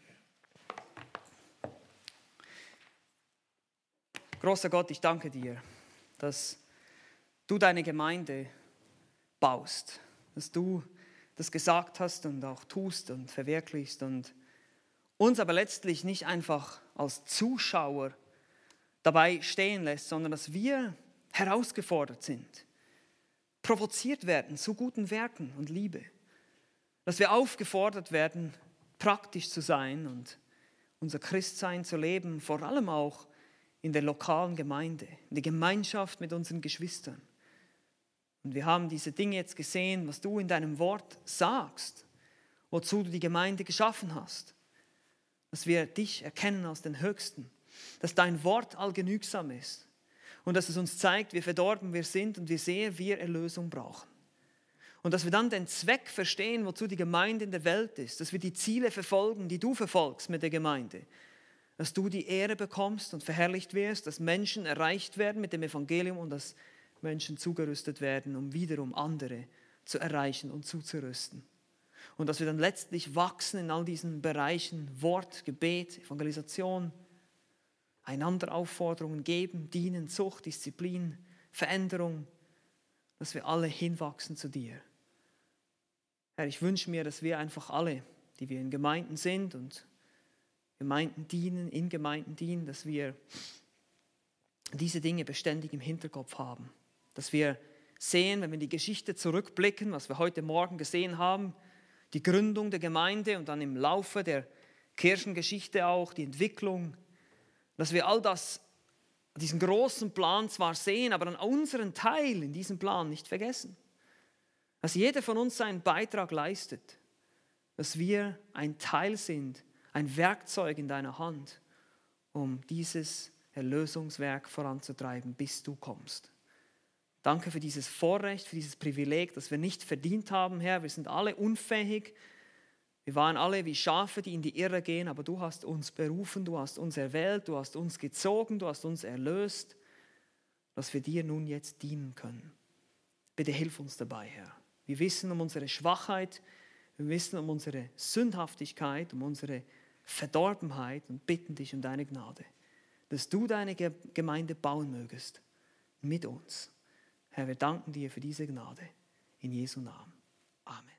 Großer Gott, ich danke dir, dass du deine Gemeinde baust, dass du das gesagt hast und auch tust und verwirklichst und uns aber letztlich nicht einfach als Zuschauer dabei stehen lässt, sondern dass wir herausgefordert sind, provoziert werden zu guten Werken und Liebe, dass wir aufgefordert werden, praktisch zu sein und unser Christsein zu leben, vor allem auch in der lokalen Gemeinde, in der Gemeinschaft mit unseren Geschwistern. Und wir haben diese Dinge jetzt gesehen, was du in deinem Wort sagst, wozu du die Gemeinde geschaffen hast. Dass wir dich erkennen als den Höchsten, dass dein Wort allgenügsam ist und dass es uns zeigt, wie verdorben wir sind und wie sehr wir Erlösung brauchen. Und dass wir dann den Zweck verstehen, wozu die Gemeinde in der Welt ist, dass wir die Ziele verfolgen, die du verfolgst mit der Gemeinde. Dass du die Ehre bekommst und verherrlicht wirst, dass Menschen erreicht werden mit dem Evangelium und dass Menschen zugerüstet werden, um wiederum andere zu erreichen und zuzurüsten. Und dass wir dann letztlich wachsen in all diesen Bereichen, Wort, Gebet, Evangelisation, einander Aufforderungen geben, dienen, Zucht, Disziplin, Veränderung, dass wir alle hinwachsen zu dir. Herr, ich wünsche mir, dass wir einfach alle, die wir in Gemeinden sind und Gemeinden dienen, in Gemeinden dienen, dass wir diese Dinge beständig im Hinterkopf haben. Dass wir sehen, wenn wir die Geschichte zurückblicken, was wir heute Morgen gesehen haben, die Gründung der Gemeinde und dann im Laufe der Kirchengeschichte auch, die Entwicklung, dass wir all das, diesen großen Plan zwar sehen, aber an unseren Teil in diesem Plan nicht vergessen. Dass jeder von uns seinen Beitrag leistet, dass wir ein Teil sind, ein Werkzeug in deiner Hand, um dieses Erlösungswerk voranzutreiben, bis du kommst. Danke für dieses Vorrecht, für dieses Privileg, das wir nicht verdient haben, Herr. Wir sind alle unfähig. Wir waren alle wie Schafe, die in die Irre gehen, aber du hast uns berufen, du hast uns erwählt, du hast uns gezogen, du hast uns erlöst, dass wir dir nun jetzt dienen können. Bitte hilf uns dabei, Herr. Wir wissen um unsere Schwachheit, wir wissen um unsere Sündhaftigkeit, um unsere Verdorbenheit und bitten dich um deine Gnade, dass du deine Gemeinde bauen mögest mit uns. Herr, wir danken dir für diese Gnade. In Jesu Namen. Amen.